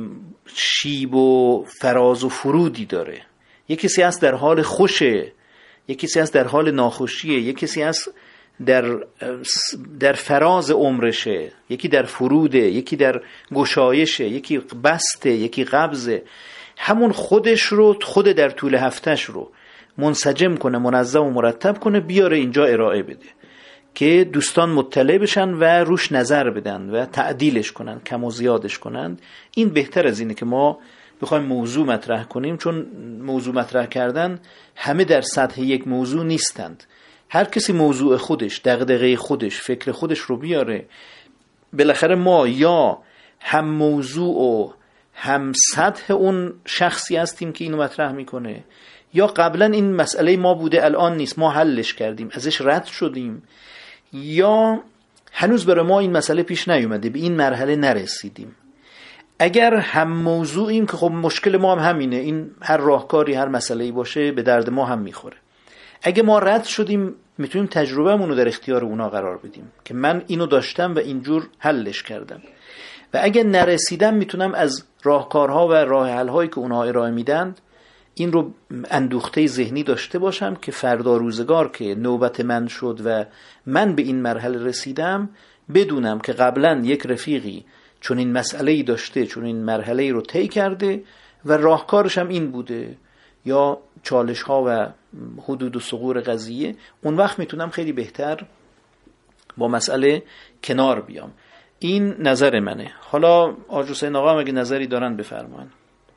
شیب و فراز و فرودی داره. یک کسی هست در حال خوشه، یک کسی هست در حال ناخوشیه، یک کسی هست در در فراز عمرشه، یکی در فروده، یکی در گشایشه، یکی بسته، یکی قبضه. همون خودش رو خود در طول هفتهش رو منسجم کنه، منظم و مرتب کنه، بیاره اینجا ارائه بده که دوستان مطلع بشن و روش نظر بدن و تعدیلش کنن، کم و زیادش کنن. این بهتر از اینه که ما بخوایم موضوع مطرح کنیم، چون موضوع مطرح کردن همه در سطح یک موضوع نیستند. هر کسی موضوع خودش، دغدغه خودش، فکر خودش رو بیاره. بالاخره ما یا هم موضوع و هم سطح اون شخصی هستیم که اینو مطرح میکنه، یا قبلا این مسئله ما بوده الان نیست، ما حلش کردیم، ازش رد شدیم، یا هنوز برای ما این مسئله پیش نیومده، به این مرحله نرسیدیم. اگر هم موضوعیم که خب مشکل ما هم همینه، این هر راهکاری هر مسئله‌ای باشه به درد ما هم میخوره. اگه ما رد شدیم میتونیم تجربه‌مون رو در اختیار اونا قرار بدیم که من اینو داشتم و اینجور حلش کردم. و اگه نرسیدم میتونم از راهکارها و راه حل‌هایی که اونا ارائه میدن این رو اندوخته ذهنی داشته باشم که فردا روزگار که نوبت من شد و من به این مرحله رسیدم، بدونم که قبلا یک رفیقی چون این مسئله‌ای داشته، چون این مرحله‌ای رو طی کرده و راهکارش هم این بوده، یا چالش‌ها و حدود و ثغور قضیه. اون وقت میتونم خیلی بهتر با مسئله کنار بیام. این نظر منه. حالا آج حسین آقا هم اگه نظری دارن بفرمایید.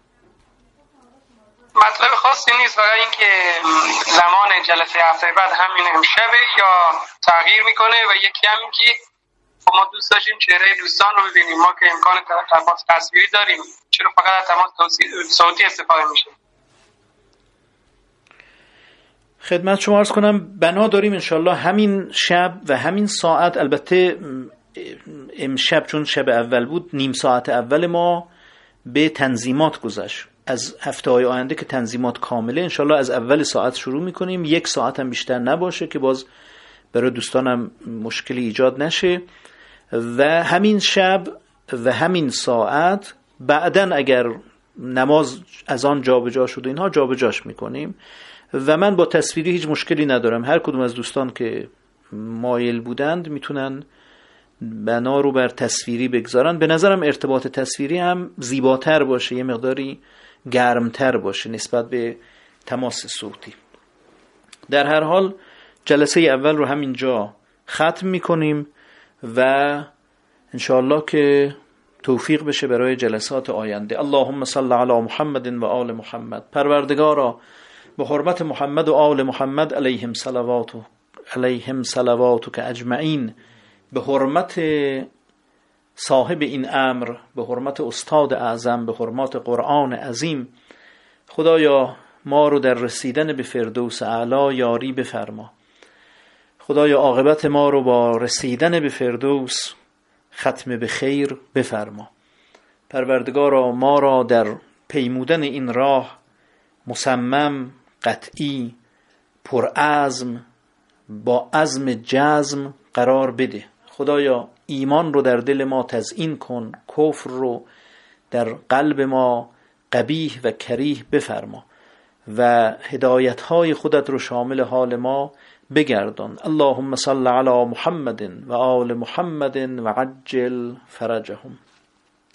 مطلب خاصی نیست، فقط این که زمان جلسه هفته بعد همین امشبه یا تغییر میکنه و یکی هم این که ما دوست داشتیم چهره دوستان رو ببینیم. ما که امکان تماس تصویری داریم، چرا فقط از تماس صوتی استفاده میشه؟ خدمت شما عرض کنم بنا داریم انشالله همین شب و همین ساعت. البته امشب چون شب اول بود، نیم ساعت اول ما به تنظیمات گذشت. از هفته های آینده که تنظیمات کامله انشالله از اول ساعت شروع میکنیم، یک ساعت هم بیشتر نباشه که باز برای دوستانم مشکلی ایجاد نشه. و همین شب و همین ساعت بعدن اگر نماز از آن جا به جا شد اینها جا به جاش میکنیم. و من با تصویری هیچ مشکلی ندارم. هر کدوم از دوستان که مایل بودند میتونن بنا رو بر تصویری بگذارن. به نظرم ارتباط تصویری هم زیباتر باشه، یه مقداری گرمتر باشه نسبت به تماس صوتی. در هر حال جلسه اول رو همینجا ختم میکنیم و انشاءالله که توفیق بشه برای جلسات آینده. اللهم صل علی محمد و آل محمد. پروردگارا به حرمت محمد و آل محمد علیهم صلوات علیهم صلواتک اجمعین، به حرمت صاحب این امر، به حرمت استاد اعظم، به حرمت قرآن عظیم، خدایا ما رو در رسیدن به فردوس اعلی یاری بفرما. خدایا عاقبت ما رو با رسیدن به فردوس ختم به خیر بفرما. پروردگارا ما را در پیمودن این راه مصمم، قطعی، پرعزم، با عزم جزم قرار بده. خدایا ایمان رو در دل ما تزیین کن، کفر رو در قلب ما قبیح و کریه بفرما و هدایت‌های خودت رو شامل حال ما بگردان. اللهم صل علی محمد و آل محمد و عجل فرجهم.